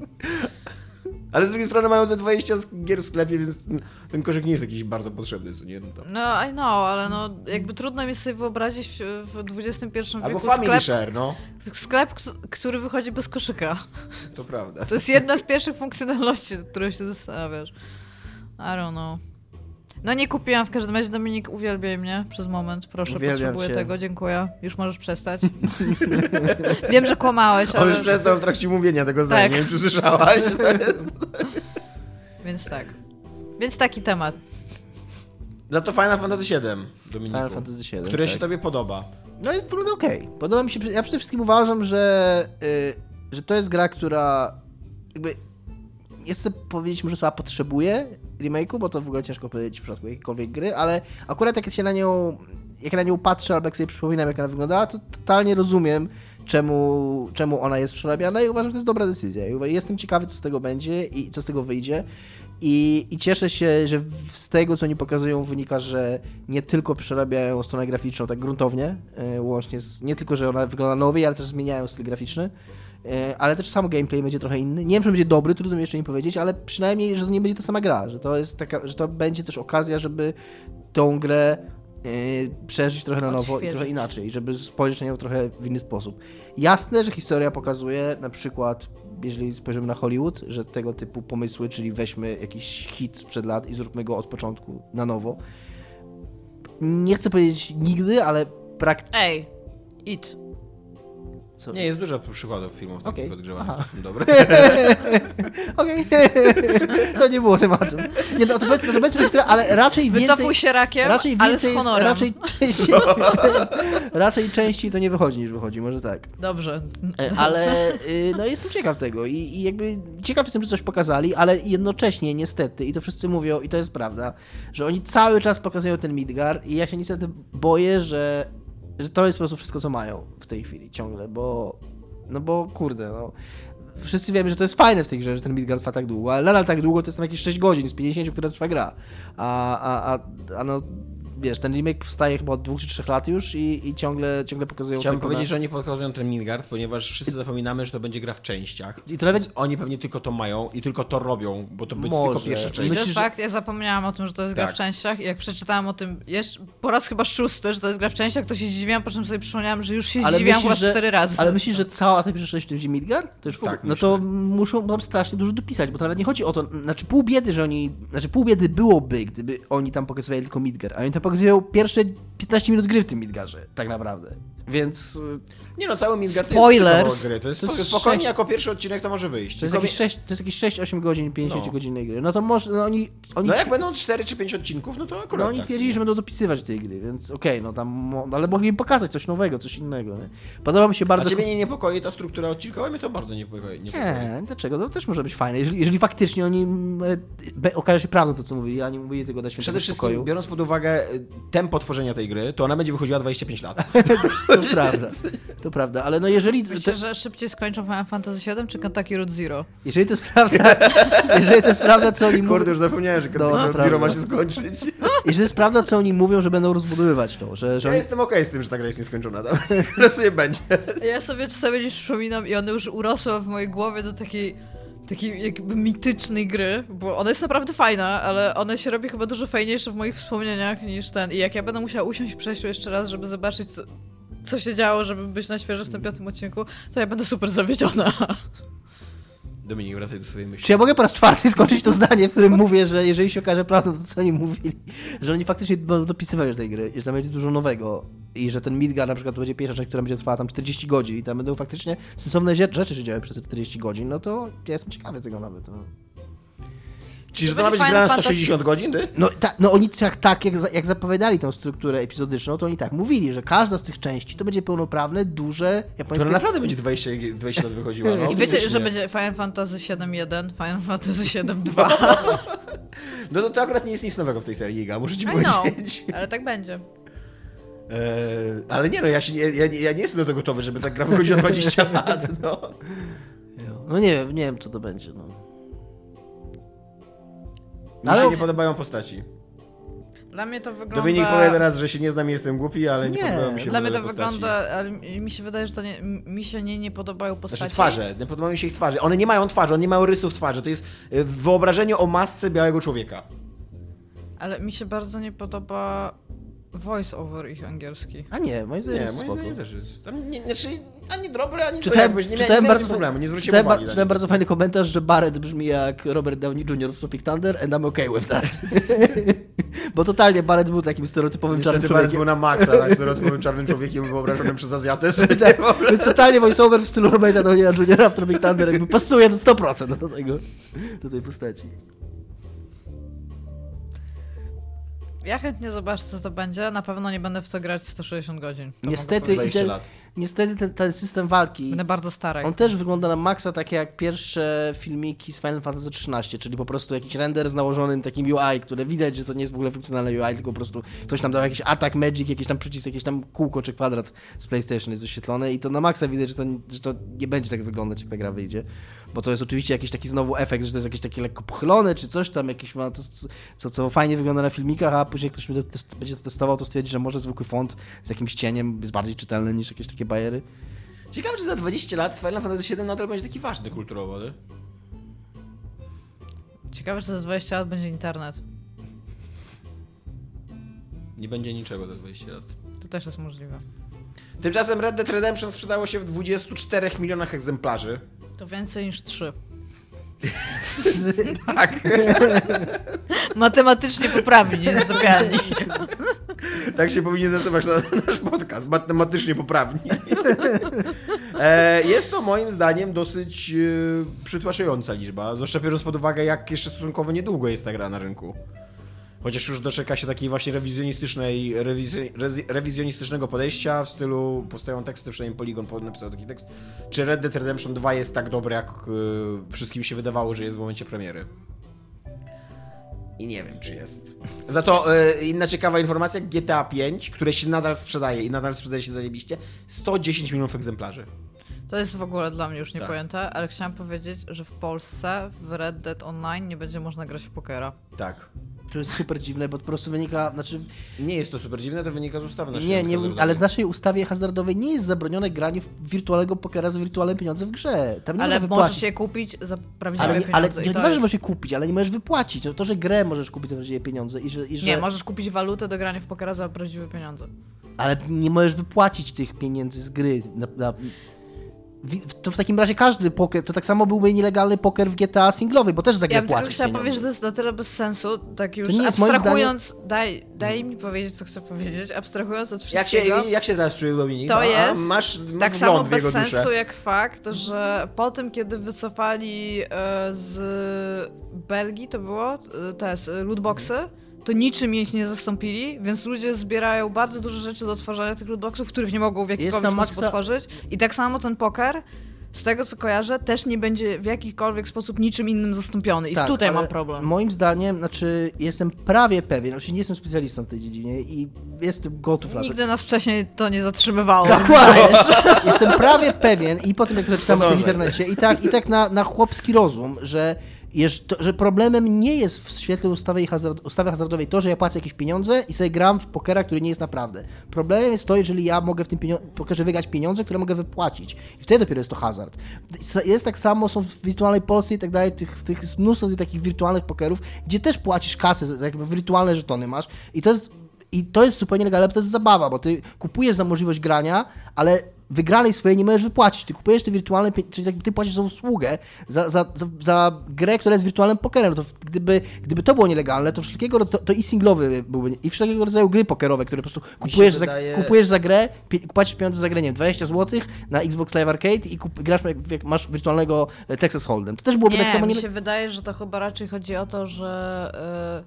Ale z drugiej strony mają ze 20 gier w sklepie, więc ten koszyk nie jest jakiś bardzo potrzebny, co nie? No, to... No, I know, ale no, jakby trudno mi sobie wyobrazić w XXI wieku Albo Family Share, no. sklep, który wychodzi bez koszyka. To prawda. To jest jedna z pierwszych funkcjonalności, nad którą się zastanawiasz. I don't know. No nie kupiłam w każdym razie, Dominik, uwielbiaj mnie przez moment, proszę, Uwielbiam potrzebuję cię. tego, dziękuję. Już możesz przestać. Wiem, że kłamałeś, ale... On już przestał w trakcie mówienia tego zdania, Tak. nie wiem, czy słyszałaś. Więc tak. Więc taki temat. Za to Final Fantasy VII, Dominiku. Final Fantasy VII, które tak. się tobie podoba. No jest wygląda okej. Podoba mi się, ja przede wszystkim uważam, że to jest gra, która jakby, nie chcę powiedzieć może słowa potrzebuje remake'u, bo to w ogóle ciężko powiedzieć w przypadku jakiejkolwiek gry, ale akurat jak na nią patrzę, albo jak sobie przypominam, jak ona wyglądała, to totalnie rozumiem, czemu ona jest przerabiana i uważam, że to jest dobra decyzja. I jestem ciekawy, co z tego będzie i co z tego wyjdzie. I cieszę się, że z tego, co oni pokazują, wynika, że nie tylko przerabiają stronę graficzną tak gruntownie, łącznie nie tylko, że ona wygląda nowiej, ale też zmieniają styl graficzny, ale też sam gameplay będzie trochę inny. Nie wiem, czy będzie dobry, trudno mi jeszcze nie powiedzieć, ale przynajmniej, że to nie będzie ta sama gra, że to jest że to będzie też okazja, żeby tą grę przeżyć trochę na nowo i Odświeżyć. trochę inaczej, żeby spojrzeć na nią trochę w inny sposób. Jasne, że historia pokazuje, na przykład, jeżeli spojrzymy na Hollywood, że tego typu pomysły, czyli weźmy jakiś hit sprzed lat i zróbmy go od początku na nowo. Nie chcę powiedzieć nigdy, ale Ej, It. Co? Nie, jest dużo przykładów filmów takich Okej. odgrzewanych, Aha. które są dobre. Okej. To nie było tematu. Nie, no to powiedzmy historię, ale raczej więcej... Wycofuj się rakiem, ale z honorem. Raczej częściej to nie wychodzi niż wychodzi, może tak. Dobrze. Ale no jestem ciekaw tego i jakby ciekaw jestem, że coś pokazali, ale jednocześnie niestety, i to wszyscy mówią, i to jest prawda, że oni cały czas pokazują ten Midgar i ja się niestety boję, że to jest po prostu wszystko, co mają w tej chwili ciągle, bo kurde, no. Wszyscy wiemy, że to jest fajne w tej grze, że ten Midgar trwa tak długo, ale nadal tak długo to jest tam jakieś 6 godzin z 50, które trwa gra. A no, wiesz, ten remake powstaje chyba od 2 czy 3 lat już i ciągle pokazują... Chciałbym tylko powiedzieć, że oni pokazują ten Midgard, ponieważ wszyscy zapominamy, że to będzie gra w częściach. I to nawet... Oni pewnie tylko to mają i tylko to robią, bo to będzie Może. tylko pierwsza I część. to jest Myślisz, że- fakt, ja zapomniałam o tym, że to jest gra Tak. w częściach i jak przeczytałam o tym po raz chyba 6, że to jest gra w częściach, to się zdziwiłam, po czym sobie przypomniałam, że już się zdziwiłam chyba 4 razy. Ale myślisz, że cała ta pierwsza część to będzie Midgar? To już w ogóle, Tak, no myślę. to muszą tam strasznie dużo dopisać, bo to nawet nie chodzi o to, znaczy pół biedy byłoby, gdyby oni tam pokazywali tylko Midgar, a oni tam pokazują pierwsze 15 minut gry w tym Midgarze, tak naprawdę. Więc Nie no, cały Midgard Spoilers. to jest gry. To jest To jest spokojnie, 6. jako pierwszy odcinek to może wyjść. to jest jakieś 6-8 godzin, 50 No. godzinnej gry. No to może, no oni No jak będą 4 czy 5 odcinków, no to akurat no oni tak. twierdzili, że będą dopisywać tej gry, więc okej, no tam, ale mogliby pokazać coś nowego, coś innego, nie? Podoba mi się A bardzo... ciebie nie niepokoi ta struktura odcinkowa? Mnie to bardzo niepokoi. Nie, dlaczego? To też może być fajne. Jeżeli faktycznie oni okaże się prawdą to, co mówili, a nie mówili tego dla Przede świętego wszystkim, spokoju. biorąc pod uwagę tempo tworzenia tej gry, to ona będzie wychodziła 25 lat. To prawda, ale no jeżeli... Myślę, że szybciej skończą Final Fantasy VII czy Kentucky Road Zero? Jeżeli to jest prawda, co oni mówią... Kurde, już zapomniałem, że No, Kentucky prawda. Zero ma się skończyć. Jeżeli to jest prawda, co oni mówią, że będą rozbudowywać to, że Ja oni... jestem okej z tym, że ta gra jest nieskończona. Teraz sobie będzie. Ja sobie czasami nie przypominam i one już urosły w mojej głowie do takiej jakby mitycznej gry, bo ona jest naprawdę fajna, ale one się robi chyba dużo fajniejsze w moich wspomnieniach niż ten. I jak ja będę musiała usiąść i przejść jeszcze raz, żeby zobaczyć, co się działo, żeby być na świeżo w tym 5. odcinku, to ja będę super zawiedziona. Dominik, wracaj do swojej myśli. Czy ja mogę po raz 4 skończyć to zdanie, w którym mówię, że jeżeli się okaże prawdą to, co oni mówili, że oni faktycznie będą dopisywać do tej gry i że tam będzie dużo nowego i że ten Midgar na przykład to będzie pierwsza część, która będzie trwała tam 40 godzin i tam będą faktycznie sensowne rzeczy się działy przez te 40 godzin, no to ja jestem ciekawy tego nawet. No. Czyli, że to To ma być będzie gra na Final 160 godzin, ty? No oni tak jak zapowiadali tą strukturę epizodyczną, to oni tak mówili, że każda z tych części to będzie pełnoprawne, duże japońskie... Która naprawdę będzie 20 lat wychodziła. No, I wiecie, fizycznie. że będzie Final Fantasy 7.1, Final Fantasy 7.2. No to akurat nie jest nic nowego w tej serii, Iga, muszę ci I know, powiedzieć. ale tak będzie. Ale nie no, ja nie jestem do tego gotowy, żeby ta gra wychodziła 20 lat, no. No nie wiem co to będzie, no. Mi się nie podobają postaci. Dla mnie to wygląda... Dominik powie teraz, że się nie znam i jestem głupi, ale nie Nie, podobają mi się Dla mnie to nowe postaci. wygląda, ale mi się wydaje, że to mi się nie podobają postaci. Znaczy twarze, nie podobają mi się ich twarze. One nie mają twarzy, one nie mają rysów twarzy. To jest wyobrażenie o masce białego człowieka. Ale mi się bardzo nie podoba voice over ich angielski. A nie, moim zdaniem Nie, jest moim spoko. zdaniem też jest. Tam nie, znaczy, ani dobry, ani Czytałem, jakbyś nie czytałem miałem bardzo, problemu, nie zwróciłem uwagi. czytałem bardzo fajny komentarz, że Barret brzmi jak Robert Downey Jr. w Tropic Thunder and I'm okay with that. Bo totalnie Barret był takim stereotypowym czarnym Niestety Barret człowiekiem. był na maksa, tak, stereotypowym czarnym człowiekiem wyobrażonym przez Azjatę. Tak, więc totalnie voiceover w stylu Roberta Downeya Jr. w Tropic Thunder jakby pasuje do 100% do tej postaci. Ja chętnie zobaczę, co to będzie. Na pewno nie będę w to grać 160 godzin. To Niestety, 20 lat. niestety ten system walki, Będę bardzo stara. on też wygląda na maksa tak jak pierwsze filmiki z Final Fantasy XIII, czyli po prostu jakiś render z nałożonym takim UI, które widać, że to nie jest w ogóle funkcjonalne UI, tylko po prostu ktoś tam dał jakiś atak magic, jakiś tam przycisk, jakieś tam kółko czy kwadrat z PlayStation jest wyświetlone i to na maksa widać, że to nie będzie tak wyglądać, jak ta gra wyjdzie. Bo to jest oczywiście jakiś taki znowu efekt, że to jest jakieś takie lekko pochylone, czy coś tam, jakieś ma to, co fajnie wygląda na filmikach, a później ktoś będzie to testował, to stwierdzi, że może zwykły font z jakimś cieniem jest bardziej czytelny niż jakieś takie bajery. Ciekawe, czy za 20 lat Final Fantasy VII nadal będzie taki ważny kulturowo, nie? Ciekawe, czy za 20 lat będzie internet. Nie będzie niczego za 20 lat. To też jest możliwe. Tymczasem Red Dead Redemption sprzedało się w 24 milionach egzemplarzy. To więcej niż 3. Tak. Matematycznie poprawni, niezdobialni. Tak się powinien nazywać nasz podcast. Matematycznie poprawni. Jest to moim zdaniem dosyć przytłaczająca liczba, zwłaszcza biorąc pod uwagę, jak jeszcze stosunkowo niedługo jest ta gra na rynku. Chociaż już doczeka się takiej właśnie rewizjonistycznego podejścia w stylu, powstają teksty, przynajmniej Polygon napisał taki tekst, czy Red Dead Redemption 2 jest tak dobre, jak wszystkim się wydawało, że jest w momencie premiery. I nie wiem, czy jest. Za to inna ciekawa informacja, GTA 5, które się nadal sprzedaje i nadal sprzedaje się zajebiście, 110 milionów egzemplarzy. To jest w ogóle dla mnie już Tak. niepojęte, ale chciałam powiedzieć, że w Polsce w Red Dead Online nie będzie można grać w pokera. Tak. To jest super dziwne, bo to po prostu wynika, znaczy... Nie jest to super dziwne, to wynika z ustawy naszej. Nie, ale w naszej ustawie hazardowej nie jest zabronione granie w wirtualnego pokera za wirtualne pieniądze w grze. Tam nie Ale można wypłacić. możesz je kupić za prawdziwe Ale pieniądze. nie i to ważne, że jest... możesz je kupić, ale nie możesz wypłacić. To, że grę możesz kupić za prawdziwe pieniądze i że... Nie, możesz kupić walutę do grania w pokera za prawdziwe pieniądze. Ale nie możesz wypłacić tych pieniędzy z gry. To w takim razie każdy poker, to tak samo byłby nielegalny poker w GTA singlowy, bo też za grę Ja bym tylko płacisz chciała pieniądze. powiedzieć, że to jest na tyle bez sensu, tak już To nie jest, moim abstrahując, daj mi powiedzieć, co chcę powiedzieć, abstrahując od Jak wszystkiego. Jak się teraz czuje Dominik? To jest Masz tak wgląd samo w bez jego duszę. sensu jak fakt, że po tym, kiedy wycofali z Belgii, to było, lootboxy, to niczym ich nie zastąpili, więc ludzie zbierają bardzo dużo rzeczy do odtwarzania tych lootboxów, których nie mogą w jakikolwiek sposób otworzyć. I tak samo ten poker, z tego co kojarzę, też nie będzie w jakikolwiek sposób niczym innym zastąpiony. I Tak, tutaj ale mam problem. Moim zdaniem, znaczy jestem prawie pewien, oczywiście nie jestem specjalistą w tej dziedzinie i jestem gotów na to. Nigdy nas wcześniej to nie zatrzymywało, Tak, więc zdajesz. Jestem prawie pewien i po tym jak to czytam w Podążaj. internecie i tak na chłopski rozum, że problemem nie jest w świetle ustawy hazardowej to, że ja płacę jakieś pieniądze i sobie gram w pokera, który nie jest naprawdę. Problemem jest to, jeżeli ja mogę w tym pokerze wygrać pieniądze, które mogę wypłacić. I wtedy dopiero jest to hazard. Jest tak samo, są w wirtualnej Polsce i tak dalej, tych mnóstwo takich wirtualnych pokerów, gdzie też płacisz kasę, jakby wirtualne żetony masz i to jest zupełnie legalne, bo to jest zabawa, bo ty kupujesz za możliwość grania, ale wygranej swojej nie możesz wypłacić. Ty kupujesz te wirtualne, czyli jakby ty płacisz za usługę, za grę, która jest wirtualnym pokerem. To gdyby to było nielegalne, to wszelkiego to i singlowy byłby, i wszelkiego rodzaju gry pokerowe, które po prostu kupujesz za grę, płacisz pieniądze za grę, nie wiem, 20 zł na Xbox Live Arcade i grasz, jak masz wirtualnego Texas Hold'em. To też byłoby tak samo mi się wydaje, że to chyba raczej chodzi o to, że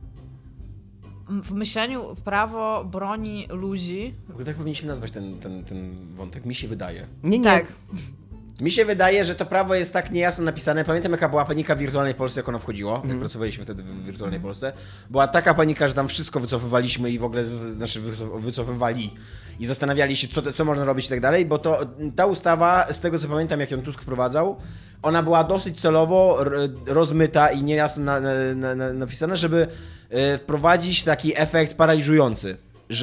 w myśleniu prawo broni ludzi. W ogóle tak powinniśmy nazwać ten wątek. Mi się wydaje. Nie. Tak. Mi się wydaje, że to prawo jest tak niejasno napisane. Pamiętam, jaka była panika w wirtualnej Polsce, jak ono wchodziło, jak pracowaliśmy wtedy w wirtualnej Polsce. Była taka panika, że tam wszystko wycofywaliśmy i w ogóle wycofywali i zastanawiali się, co można robić i tak dalej, bo ta ustawa, z tego co pamiętam, jak ją Tusk wprowadzał, ona była dosyć celowo rozmyta i niejasno napisana, żeby wprowadzić taki efekt paraliżujący,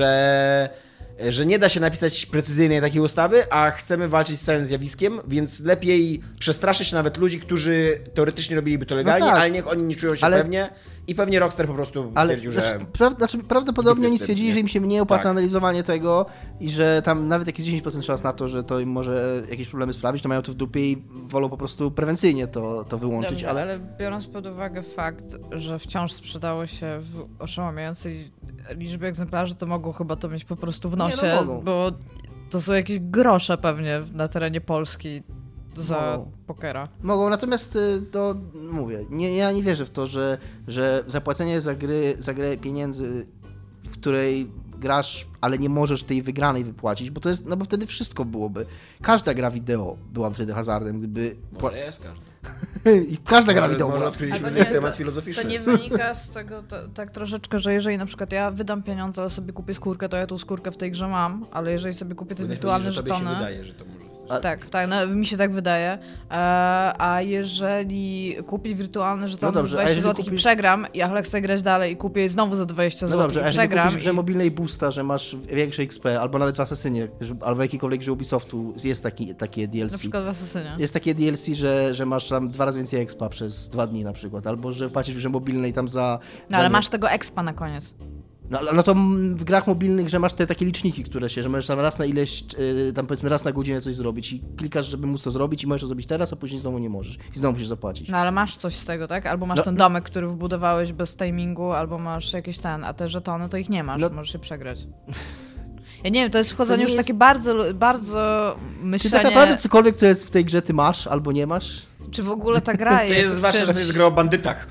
że nie da się napisać precyzyjnej takiej ustawy, a chcemy walczyć z całym zjawiskiem, więc lepiej przestraszyć nawet ludzi, którzy teoretycznie robiliby to legalnie, tak. ale niech oni nie czują się pewnie i pewnie Rockstar po prostu stwierdził, że... Prawdopodobnie oni stwierdzili, nie? że im się mniej opłaca Tak. analizowanie tego i że tam nawet jakieś 10% szans na to, że to im może jakieś problemy sprawić, to mają to w dupie i wolą po prostu prewencyjnie to wyłączyć, Dobrze, ale... ale biorąc pod uwagę fakt, że wciąż sprzedało się w oszałamiającej liczbie egzemplarzy, to mogą chyba to mieć po prostu w nosie, mogą. bo to są jakieś grosze pewnie na terenie Polski za Mogą. pokera. Mogą, natomiast to mówię, ja nie wierzę w to, że zapłacenie za grę pieniędzy, w której grasz, ale nie możesz tej wygranej wypłacić, bo to jest, no bo wtedy wszystko byłoby. Każda gra wideo byłaby wtedy hazardem, gdyby... Może jest każdy. I każda gra wideo Może była. odkryliśmy nie, temat to filozoficzny. nie wynika z tego tak troszeczkę, że jeżeli na przykład ja wydam pieniądze, ale sobie kupię skórkę, to ja tą skórkę w tej grze mam, ale jeżeli sobie kupię te wirtualne że tobie żetony... się wydaje, że to może... Tak, no, mi się tak wydaje. A jeżeli kupię wirtualne żetony No dobrze, za a 20 jeżeli zł i kupisz- przegram, ale chcę grać dalej i kupię znowu za 20 No zł dobrze, a i jeżeli przegram. kupisz w grze mobilnej boosta, że masz większe XP, albo nawet w Assassinie, albo jakikolwiek grze Ubisoftu jest takie DLC. Na przykład w Assassinie. Jest takie DLC, że masz tam 2 razy więcej expa przez 2 dni na przykład, albo że płacisz w grze mobilnej tam za... No ale masz tego expa na koniec. No to w grach mobilnych, że masz te takie liczniki, które że możesz tam raz na ileś, tam powiedzmy raz na godzinę coś zrobić i klikasz, żeby móc to zrobić i możesz to zrobić teraz, a później znowu nie możesz i znowu musisz zapłacić. No ale masz coś z tego, tak? Albo masz ten domek, który wbudowałeś bez timingu, albo masz jakieś a te żetony to ich nie masz, możesz się przegrać. Ja nie wiem, to jest wchodzenie już takie bardzo, bardzo myślenie... Czy tak naprawdę cokolwiek, co jest w tej grze, ty masz albo nie masz? Czy w ogóle ta gra jest... To jest zwłaszcza, że to jest gra o bandytach.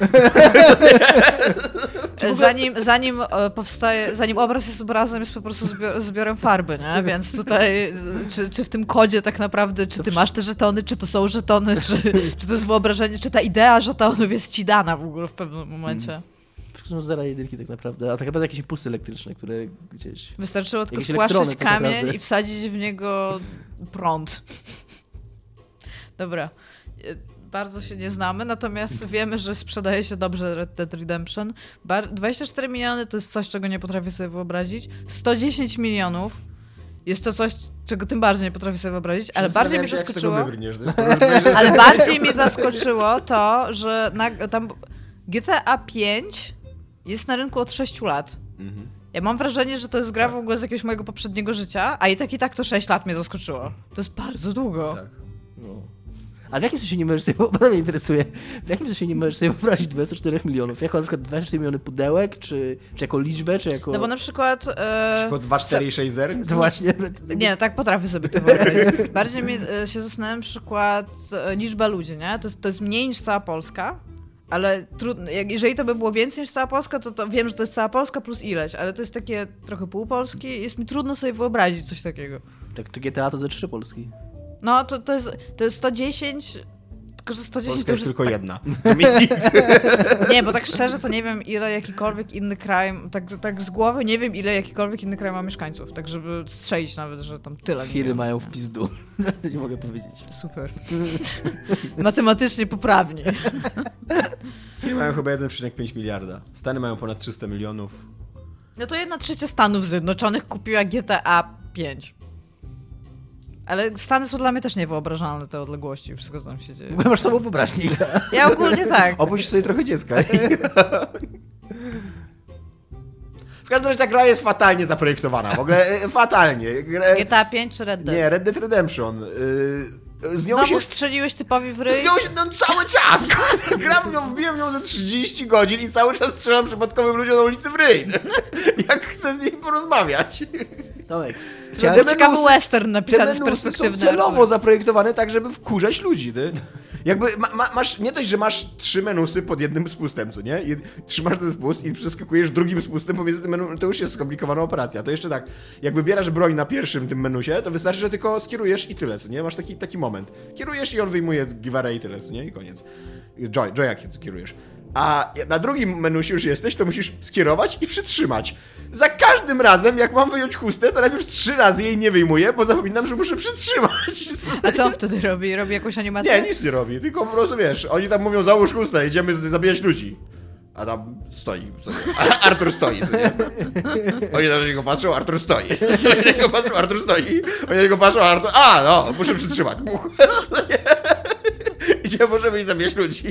Zanim obraz jest obrazem, jest po prostu zbiorem farby, nie? Więc tutaj, czy w tym kodzie tak naprawdę, czy ty masz te żetony, czy to są żetony, czy to jest wyobrażenie, czy ta idea żetonów jest ci dana w ogóle w pewnym momencie. No zera jedynki tak naprawdę, a tak naprawdę jakieś impulsy elektryczne, które gdzieś... Wystarczyło tylko spłaszczyć kamień i wsadzić w niego prąd. Dobra. Bardzo się nie znamy, natomiast wiemy, że sprzedaje się dobrze Red Dead Redemption. 24 miliony to jest coś, czego nie potrafię sobie wyobrazić. 110 milionów jest to coś, czego tym bardziej nie potrafię sobie wyobrazić, ale bardziej mnie zaskoczyło... Ale bardziej mnie zaskoczyło to, że tam GTA 5 jest na rynku od 6 lat. Ja mam wrażenie, że to jest gra w ogóle z jakiegoś mojego poprzedniego życia, a i tak to 6 lat mnie zaskoczyło. To jest bardzo długo. Tak. No. A w jakim sensie nie możesz sobie, bo mnie interesuje, w jakim sensie nie możesz sobie wyobrazić 24 milionów? Jako na przykład 24 miliony pudełek, czy jako liczbę, czy jako... No bo na przykład... Przykład 2, 4 i 6 zer? To właśnie... Nie, tak potrafię sobie to wyobrazić. Bardziej mi się zastanawiam na przykład liczba ludzi, nie? To jest mniej niż cała Polska, ale trudno. Jeżeli to by było więcej niż cała Polska, to wiem, że to jest cała Polska plus ileś, ale to jest takie trochę pół Polski i jest mi trudno sobie wyobrazić coś takiego. Tak, to GTA to ze 3 Polski. No, to jest 110, tylko że 110 Polska to już jest tylko tak... jedna. Nie, bo tak szczerze to nie wiem, ile jakikolwiek inny kraj, tak z głowy nie wiem, ile jakikolwiek inny kraj ma mieszkańców, tak żeby strzelić nawet, że tam tyle. Chiry mają w pizdu, nie mogę powiedzieć. Super. Matematycznie poprawni. Chiry mają chyba 1,5 miliarda. Stany mają ponad 300 milionów. No to 1/3 Stanów Zjednoczonych kupiła GTA 5. Ale Stany są dla mnie też niewyobrażalne, te odległości, wszystko co tam się dzieje. W ogóle masz samą wyobraźnię. Ja ogólnie tak. Opuść sobie trochę dziecka. W każdym razie ta gra jest fatalnie zaprojektowana, w ogóle fatalnie. GTA 5 czy Red Dead? Nie, Red Dead Redemption. Z nią Znowu strzeliłeś typowi w ryj? Z nią się cały czas, gram w nią, wbijam w nią ze 30 godzin i cały czas strzelam przypadkowym ludziom na ulicy w ryj. Jak chcę z nimi porozmawiać. Tomek, To ciekawy western napisany z te perspektywy są celowo zaprojektowane tak, żeby wkurzać ludzi. Jakby masz, nie dość, że masz 3 menusy pod jednym spustem, co nie? I trzymasz ten spust i przeskakujesz drugim spustem pomiędzy tym menu, to już jest skomplikowana operacja. To jeszcze tak, jak wybierasz broń na pierwszym tym menusie, to wystarczy, że tylko skierujesz i tyle, co nie? Masz taki moment. Kierujesz i on wyjmuje giwerę i tyle, co nie? I koniec. Joy'a skierujesz. A na drugim menusie już jesteś, to musisz skierować i przytrzymać. Za każdym razem, jak mam wyjąć chustę, to najpierw 3 razy jej nie wyjmuję, bo zapominam, że muszę przytrzymać. A co on wtedy robi? Robi jakąś animację? Nie, nic nie robi, tylko po prostu wiesz, oni tam mówią załóż chustę, idziemy zabijać ludzi. A tam stoi sobie. Artur stoi, co nie? Oni na niego patrzą, Artur stoi. Oni na niego patrzą, Artur stoi. Oni na niego patrzą, Artur... A, no, muszę przytrzymać. Idziemy, możemy i zabijać ludzi.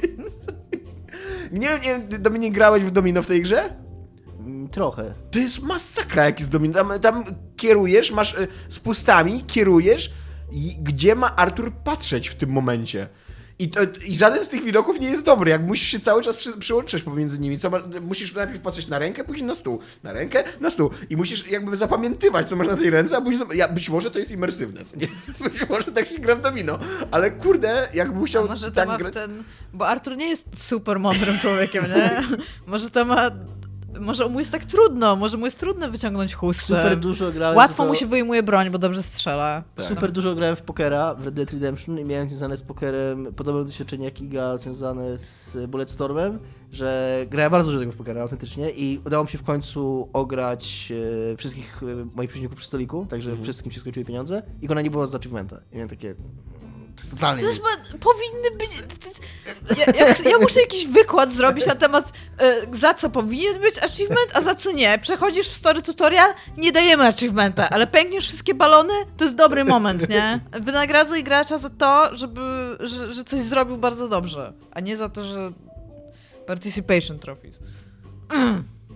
Nie wiem, Dominik, grałeś w domino w tej grze? Trochę. To jest masakra, jak jest domino. Tam kierujesz, masz spustami, kierujesz i gdzie ma Artur patrzeć w tym momencie. I żaden z tych widoków nie jest dobry, jak musisz się cały czas przyłączać pomiędzy nimi. Musisz najpierw patrzeć na rękę, później na stół. Na rękę, na stół. I musisz jakby zapamiętywać, co masz na tej ręce, a później... Być może to jest imersywne, co nie? Być może tak się gra w domino. Ale kurde, jakby musiał... A może to ma Bo Artur nie jest super mądrym człowiekiem, nie? Może mu jest tak trudno, może mu jest trudno wyciągnąć chustę. Super dużo grałem. Łatwo mu się wyjmuje broń, bo dobrze strzela. Tak. Super dużo grałem w pokera w Red Dead Redemption i miałem związane z pokerem podobne doświadczenie jak Iga związane z Bulletstormem, że grałem bardzo dużo tego w pokera autentycznie i udało mi się w końcu ograć wszystkich moich przeciwników przy stoliku, także wszystkim się skończyły pieniądze i ona nie była z achievementa. I miałem takie... To jest totalnie... To jest, powinny być... Ja muszę jakiś wykład zrobić na temat za co powinien być achievement, a za co nie. Przechodzisz w story tutorial, nie dajemy achievementa, ale pękniesz wszystkie balony, to jest dobry moment, nie? Wynagradzaj gracza za to, że coś zrobił bardzo dobrze, a nie za to, że participation trophies.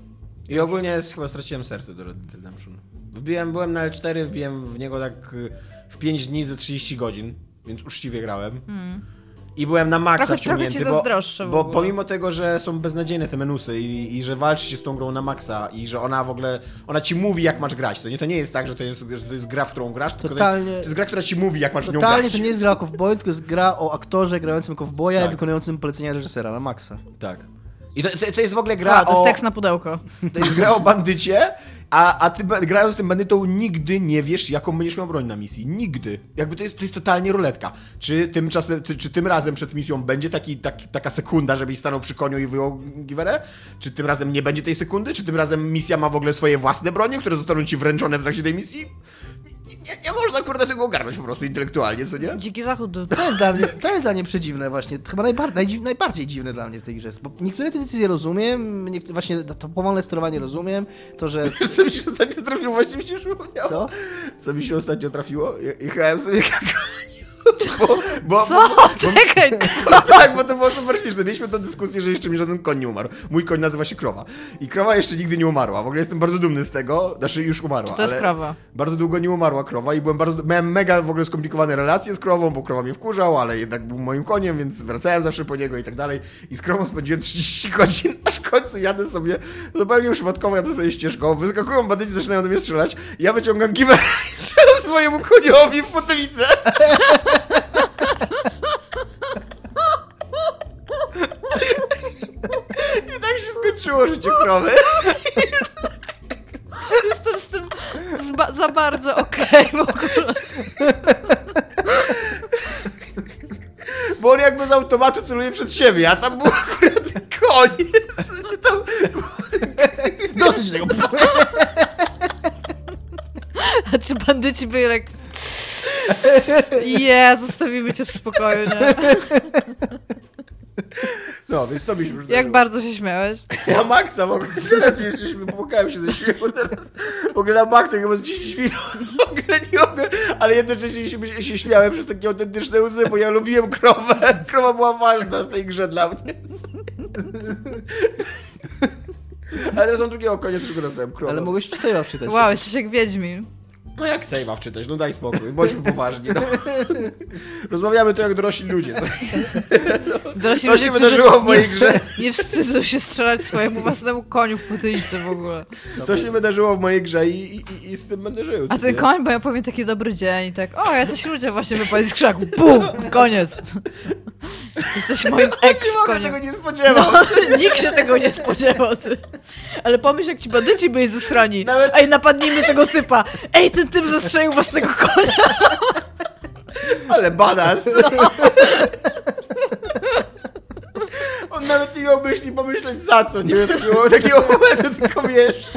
I ogólnie chyba straciłem serce do Red Dead Redemption. Byłem na L4, wbiłem w niego tak w 5 dni ze 30 godzin, więc uczciwie grałem. I byłem na maksa wciągnięty, trochę ci zazdroszczę w bo ogóle. pomimo tego, że są beznadziejne te menusy i że walczy się z tą grą na maksa i że ona w ogóle, ona ci mówi jak masz grać. To nie jest tak, że to jest gra, w którą grasz, tylko to jest gra, która ci mówi jak masz w nią grać. Totalnie to nie jest gra o kowboju, tylko jest gra o aktorze grającym kowboja Tak. i wykonującym polecenia reżysera na maksa. Tak. I to jest w ogóle gra To jest tekst na pudełko. To jest gra o bandycie, a ty grając tym bandytą nigdy nie wiesz, jaką będziesz miał broń na misji. Nigdy. Jakby to jest totalnie ruletka. Czy tym razem przed misją będzie taka sekunda, żebyś stanął przy koniu i wyjął giwerę? Czy tym razem nie będzie tej sekundy? Czy tym razem misja ma w ogóle swoje własne bronie, które zostaną ci wręczone w trakcie tej misji? Nie można kurde tego ogarnąć po prostu intelektualnie, co nie? Dziki Zachód. To jest dla mnie przedziwne właśnie. Chyba najbardziej dziwne dla mnie w tej grze. Bo niektóre te decyzje rozumiem, właśnie to powolne sterowanie rozumiem, to, że... Co mi się ostatnio trafiło? Właśnie mi się przypomniało. Co? Co mi się ostatnio trafiło? Jechałem sobie Co? Czekaj! No tak, bo to było super śmieszne. Mieliśmy tę dyskusję, że jeszcze mi żaden koń nie umarł. Mój koń nazywa się Krowa. I Krowa jeszcze nigdy nie umarła. W ogóle jestem bardzo dumny z tego. Znaczy już umarła. Czy to jest ale krowa? Bardzo długo nie umarła Krowa i miałem mega w ogóle skomplikowane relacje z Krową, bo Krowa mnie wkurzał, ale jednak był moim koniem, więc wracałem zawsze po niego i tak dalej. I z Krową spędziłem 30 godzin, aż w końcu jadę sobie, zupełnie przypadkowo jadę sobie ścieżką, wyskakują bandyci, zaczynają do mnie strzelać, ja wyciągam giwerę i strzelam swojemu koniowi w potylicę. I tak się skończyło życie krowy. Jestem z tym za bardzo okej w ogóle. Bo on jakby z automatu celuje przed siebie, a tam był akurat koń. Dosyć tego. A czy bandyci byli jak... zostawimy cię w spokoju, nie? No, więc to mi się już Jak bardzo się śmiałeś? Ja maksa w ogóle, teraz jeszcze popłakałem się ze śmiechu teraz. W ogóle na maksa chyba z 10 minut. W ogóle nie mogę, ale jednocześnie się śmiałem przez takie autentyczne łzy, bo ja lubiłem krowę. Krowa była ważna w tej grze dla mnie. Ale teraz mam drugiego konia, którego nazwałem krową. Ale mogłeś w save'a wczytać. Wow, jesteś jak Wiedźmin. No jak save'a wczytać? No daj spokój, bądźmy poważni. No. Rozmawiamy tu jak dorośli ludzie. Dorośli To ludzie, się którzy wydarzyło w mojej grze. Nie wstydzą się strzelać swojemu własnemu koniu w potylicę w ogóle. To się wydarzyło w mojej grze i z tym będę żył. A ten koń, bo ja powiem taki dobry dzień i tak, o, jacyś ludzie właśnie wypadli z krzaku. Bum! Koniec. Jesteś moim Ja się w ogóle ex-koniem. tego nie spodziewał. No, nikt się tego nie spodziewał. Ty. Ale pomyśl, jak ci bandyci byli zesrani. Nawet- Ej, napadnijmy tego typa. Ej, ten typ zastrzelił własnego konia. Ale badass. On nawet nie miał myśli pomyśleć za co, nie wiem, takiego momentu, tylko wiesz.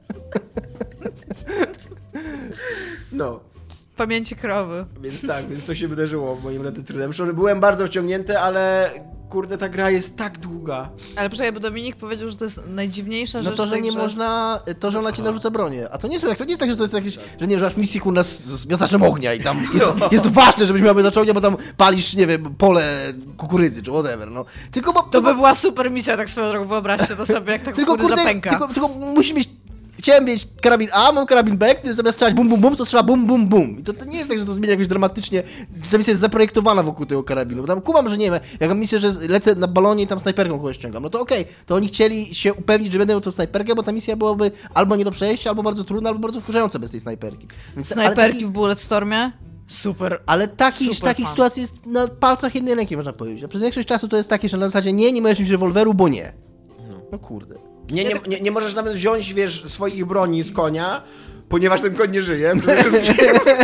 No, Pamięci krowy. więc to się wydarzyło w moim Red Dead Redemption. Byłem bardzo wciągnięty, ale kurde, ta gra jest tak długa. Ale poczekaj, bo Dominik powiedział, że to jest najdziwniejsza No rzecz to, w że tej nie grze. można, to, że ona ci narzuca bronię. A to nie jest tak, że to jest jakieś, że nie wiem, że masz misję kurna z miotaczem ognia i tam jest to ważne, żebyś miał miotacz ognia, bo tam palisz, nie wiem, pole kukurydzy czy whatever, no. Tylko bo... To by była super misja, tak swoją drogą, wyobraźcie to sobie, jak tak tylko, kurde zapęka. tylko musisz mieć... Chciałem mieć karabin A, mam karabin B, który zamiast strzelać bum bum bum, to strzela bum bum bum. I to nie jest tak, że to zmienia jakoś dramatycznie, że misja jest zaprojektowana wokół tego karabinu. Bo tam kumam, że nie wiem, jak mam misję, że lecę na balonie i tam snajperką kogoś ściągam, no to okej, to oni chcieli się upewnić, że będę miał tą snajperkę, bo ta misja byłaby albo nie do przejścia, albo bardzo trudna, albo bardzo wkurzająca bez tej snajperki. Więc, Snajperki w Bulletstormie? Super. Ale takich Super fan. sytuacji jest na palcach jednej ręki, można powiedzieć. A przez większość czasu to jest takie, że na zasadzie nie możesz mieć rewolweru, bo nie. No kurde. Nie możesz nawet wziąć, wiesz, swoich broni z konia, ponieważ ten koń nie żyje. Przede wszystkim.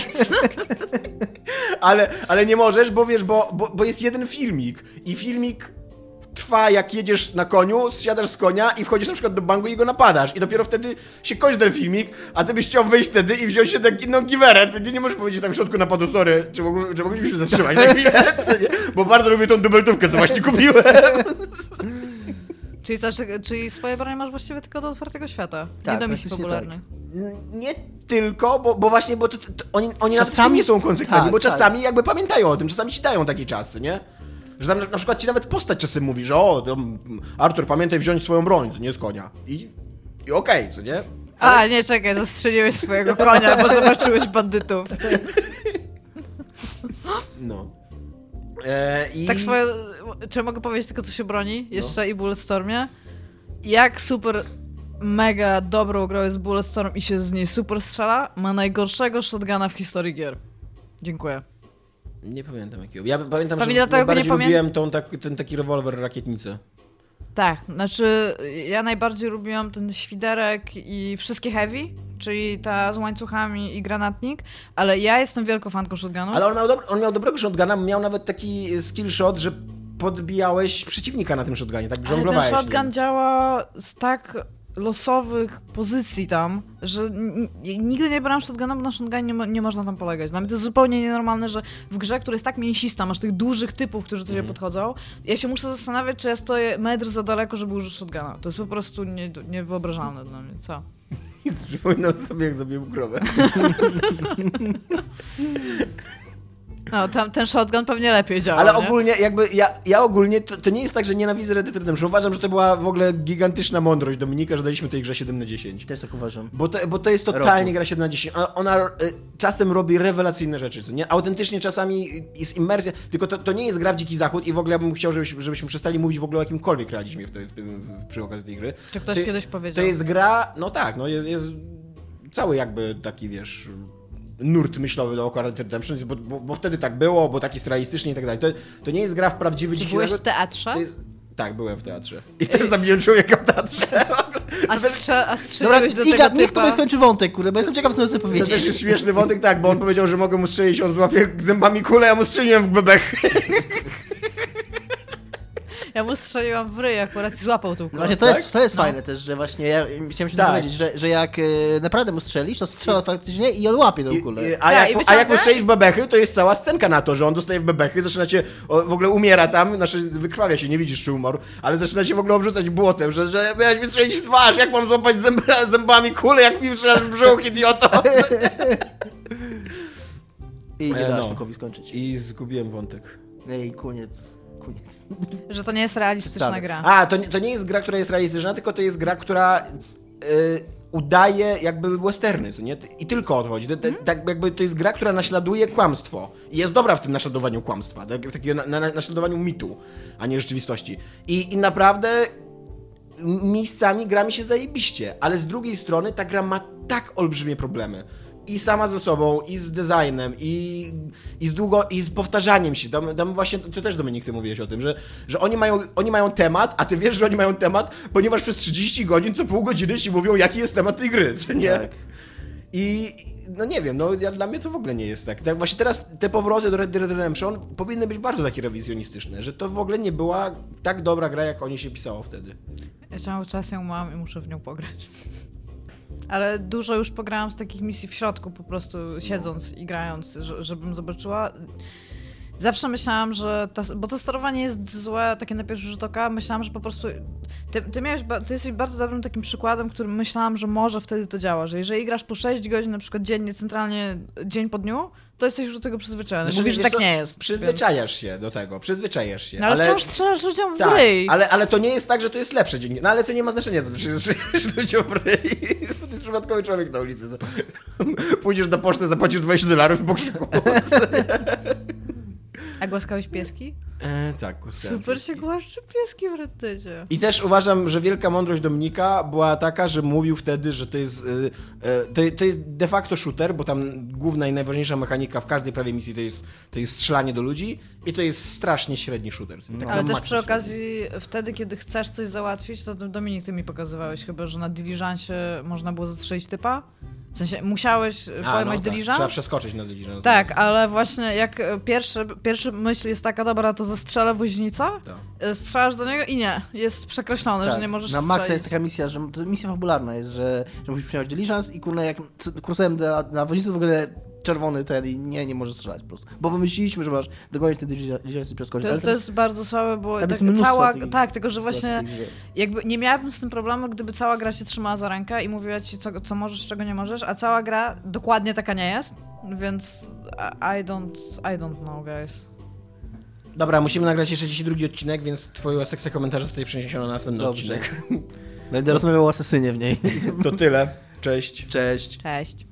ale nie możesz, bo wiesz, bo jest jeden filmik i filmik trwa jak jedziesz na koniu, zsiadasz z konia i wchodzisz na przykład do banku i go napadasz i dopiero wtedy się kończy ten filmik, a ty byś chciał wyjść wtedy i wziąć się tak inną giwerę, co nie możesz powiedzieć tam w środku napadu, sorry, czy moglibyśmy zatrzymać na chwilę, co nie? Bo bardzo lubię tą dubeltówkę, co właśnie kupiłem. Czyli swoje bronie masz właściwie tylko do otwartego świata, Tak, nie do misji praktycznie popularnej. Nie tylko, bo właśnie, bo oni Czasami czasami nie są konsekwentni, tak, bo tak. czasami jakby pamiętają o tym, czasami ci dają taki czas, co nie? Że tam na przykład ci nawet postać czasem mówi, że o, Artur, pamiętaj wziąć swoją broń, co nie z konia. I I okej, co nie? A, nie, czekaj, zastrzeliłeś swojego konia, bo zobaczyłeś bandytów. No. Tak swoje... Czy mogę powiedzieć tylko, co się broni? Jeszcze i Bulletstormie. Jak super mega dobrą grą jest Bulletstorm i się z niej super strzela, ma najgorszego shotguna w historii gier. Dziękuję. Nie pamiętam jakiego. Ja pamiętam, Pewnie że dlatego najbardziej nie lubiłem ten taki rewolwer rakietnicę. Tak, znaczy ja najbardziej lubiłam ten świderek i wszystkie heavy, czyli ta z łańcuchami i granatnik, ale ja jestem wielką fanką shotgunów. Ale on miał dobrego shotguna, miał nawet taki skill shot, że podbijałeś przeciwnika na tym shotgunie, tak Ale żonglowałeś ten shotgun nim. działa z tak losowych pozycji tam, że nigdy nie brałam shotguna, bo na shotgunie nie można tam polegać. Dla mnie to jest zupełnie nienormalne, że w grze, która jest tak mięsista, masz tych dużych typów, którzy do ciebie podchodzą, ja się muszę zastanawiać, czy ja stoję metr za daleko, żeby użyć shotguna. To jest po prostu niewyobrażalne dla mnie. Co? Przypominam sobie, jak zabił krowę. No, ten shotgun pewnie lepiej działa, Ale nie? ogólnie, jakby ja ogólnie, to nie jest tak, że nienawidzę Red Dead Redemption. Uważam, że to była w ogóle gigantyczna mądrość Dominika, że daliśmy tej grze 7/10. Też tak uważam. Bo to jest totalnie gra 7/10. Ona czasem robi rewelacyjne rzeczy, co nie? Autentycznie czasami jest immersja, tylko to nie jest gra w Dziki Zachód i w ogóle ja bym chciał, żebyśmy przestali mówić w ogóle o jakimkolwiek realizmie przy okazji tej gry. Czy ktoś kiedyś powiedział? To jest gra, no tak, no jest cały jakby taki, wiesz, nurt myślowy dookoła Red Dead Redemption, bo wtedy tak było, bo tak jest realistycznie i tak dalej. To nie jest gra w prawdziwy Dziki Byłeś Zachód. w teatrze? Tak, byłem w teatrze. I też zabiłem człowieka w teatrze. A strzeliłeś do Iga, tego niech typa? to skończy wątek, kurde, bo jestem ciekaw, co chcę To powiedzieć. też jest śmieszny wątek, tak, bo on powiedział, że mogę mu strzelić, on złapie zębami kulę, ja mu strzeliłem w bebech. Ja mu strzeliłam w ryj akurat i złapał tą kulę. Właśnie to jest fajne też, że właśnie ja chciałem się Tak. dowiedzieć, że jak naprawdę mu strzelisz, to strzela faktycznie i on łapie tą kulę. A Tak, i jak wyciąga? mu strzelisz w bebechy, to jest cała scenka na to, że on dostaje w bebechy, zaczyna cię, w ogóle umiera tam, znaczy wykrwawia się, nie widzisz czy umarł, ale zaczyna cię w ogóle obrzucać błotem, że miałeś mi strzelić w twarz, jak mam złapać zębami kulę, jak mi strzelasz w brzuch, idioto. I nie dasz no. Lukowi skończyć. I zgubiłem wątek. Ej, koniec. Że to nie jest realistyczna Wcale. gra. A, to nie jest gra, która jest realistyczna, tylko to jest gra, która udaje jakby westerny, co nie? I tylko o to chodzi. Tak jakby to jest gra, która naśladuje kłamstwo. I jest dobra w tym naśladowaniu kłamstwa, tak? W takiego naśladowaniu mitu, a nie rzeczywistości. I naprawdę miejscami gra mi się zajebiście, ale z drugiej strony ta gra ma tak olbrzymie problemy. I sama ze sobą, i z designem, i z powtarzaniem się. Tam właśnie, ty też, Dominik, ty mówiłeś o tym, że oni mają temat, a ty wiesz, że oni mają temat, ponieważ przez 30 godzin, co pół godziny ci mówią, jaki jest temat tej gry, czy nie? Tak. I no nie wiem, dla mnie to w ogóle nie jest tak. Właśnie teraz te powroty do Red Dead Redemption powinny być bardzo takie rewizjonistyczne, że to w ogóle nie była tak dobra gra, jak o niej się pisało wtedy. Ja cały czas ją mam i muszę w nią pograć. Ale dużo już pograłam z takich misji w środku, po prostu siedząc i grając, żebym zobaczyła. Zawsze myślałam, że bo to sterowanie jest złe, takie na pierwszy rzut oka, myślałam, że po prostu ty jesteś bardzo dobrym takim przykładem, którym myślałam, że może wtedy to działa, że jeżeli grasz po 6 godzin na przykład dziennie, centralnie dzień po dniu, to jesteś już do tego przyzwyczajony. Mówisz, że tak nie jest. Przyzwyczajasz się do tego, przyzwyczajasz się. No ale wciąż strzelasz ludziom w tak, ryj. ale to nie jest tak, że to jest lepsze dzięki. No ale to nie ma znaczenia, że strzelasz ludziom w ryj. To jest przypadkowy człowiek na ulicy. Pójdziesz do poczty, zapłacisz $20 i pokrzyku. A głaskałeś pieski? Tak, głaskałem Super pieski. się głaszczy pieski w Red Deadzie. I też uważam, że wielka mądrość Dominika była taka, że mówił wtedy, że to jest de facto shooter, bo tam główna i najważniejsza mechanika w każdej prawie misji to jest strzelanie do ludzi i to jest strasznie średni shooter. Ale też przy okazji, wtedy kiedy chcesz coś załatwić, to Dominik, ty mi pokazywałeś chyba, że na diliżansie można było zastrzelić typa. W sensie musiałeś pojmać dyliżans? Trzeba przeskoczyć na dyliżans. Tak, ale właśnie jak pierwsza myśl jest taka, dobra, to zastrzelę woźnica, strzelasz do niego i nie, jest przekreślone, że nie możesz Na strzelić. maksa jest taka misja, że to misja fabularna jest, że musisz przyjąć diligence i kurna jak kursem na woźnicy w ogóle czerwony ten i nie może strzelać po prostu. Bo wymyśliliśmy, że masz dogonić ten diligence i przeskoczyć. To jest bardzo słabe, bo tam jest mnóstwo tylko że właśnie jakby nie miałabym z tym problemu, gdyby cała gra się trzymała za rękę i mówiła ci co możesz, czego nie możesz, a cała gra dokładnie taka nie jest, więc I don't know, guys. Dobra, musimy nagrać jeszcze 32 odcinek, więc twoje sekcja komentarza zostaje przeniesiona na następny Dobrze. odcinek. Będę rozmawiał o asesynie w niej. To tyle. Cześć. Cześć. Cześć.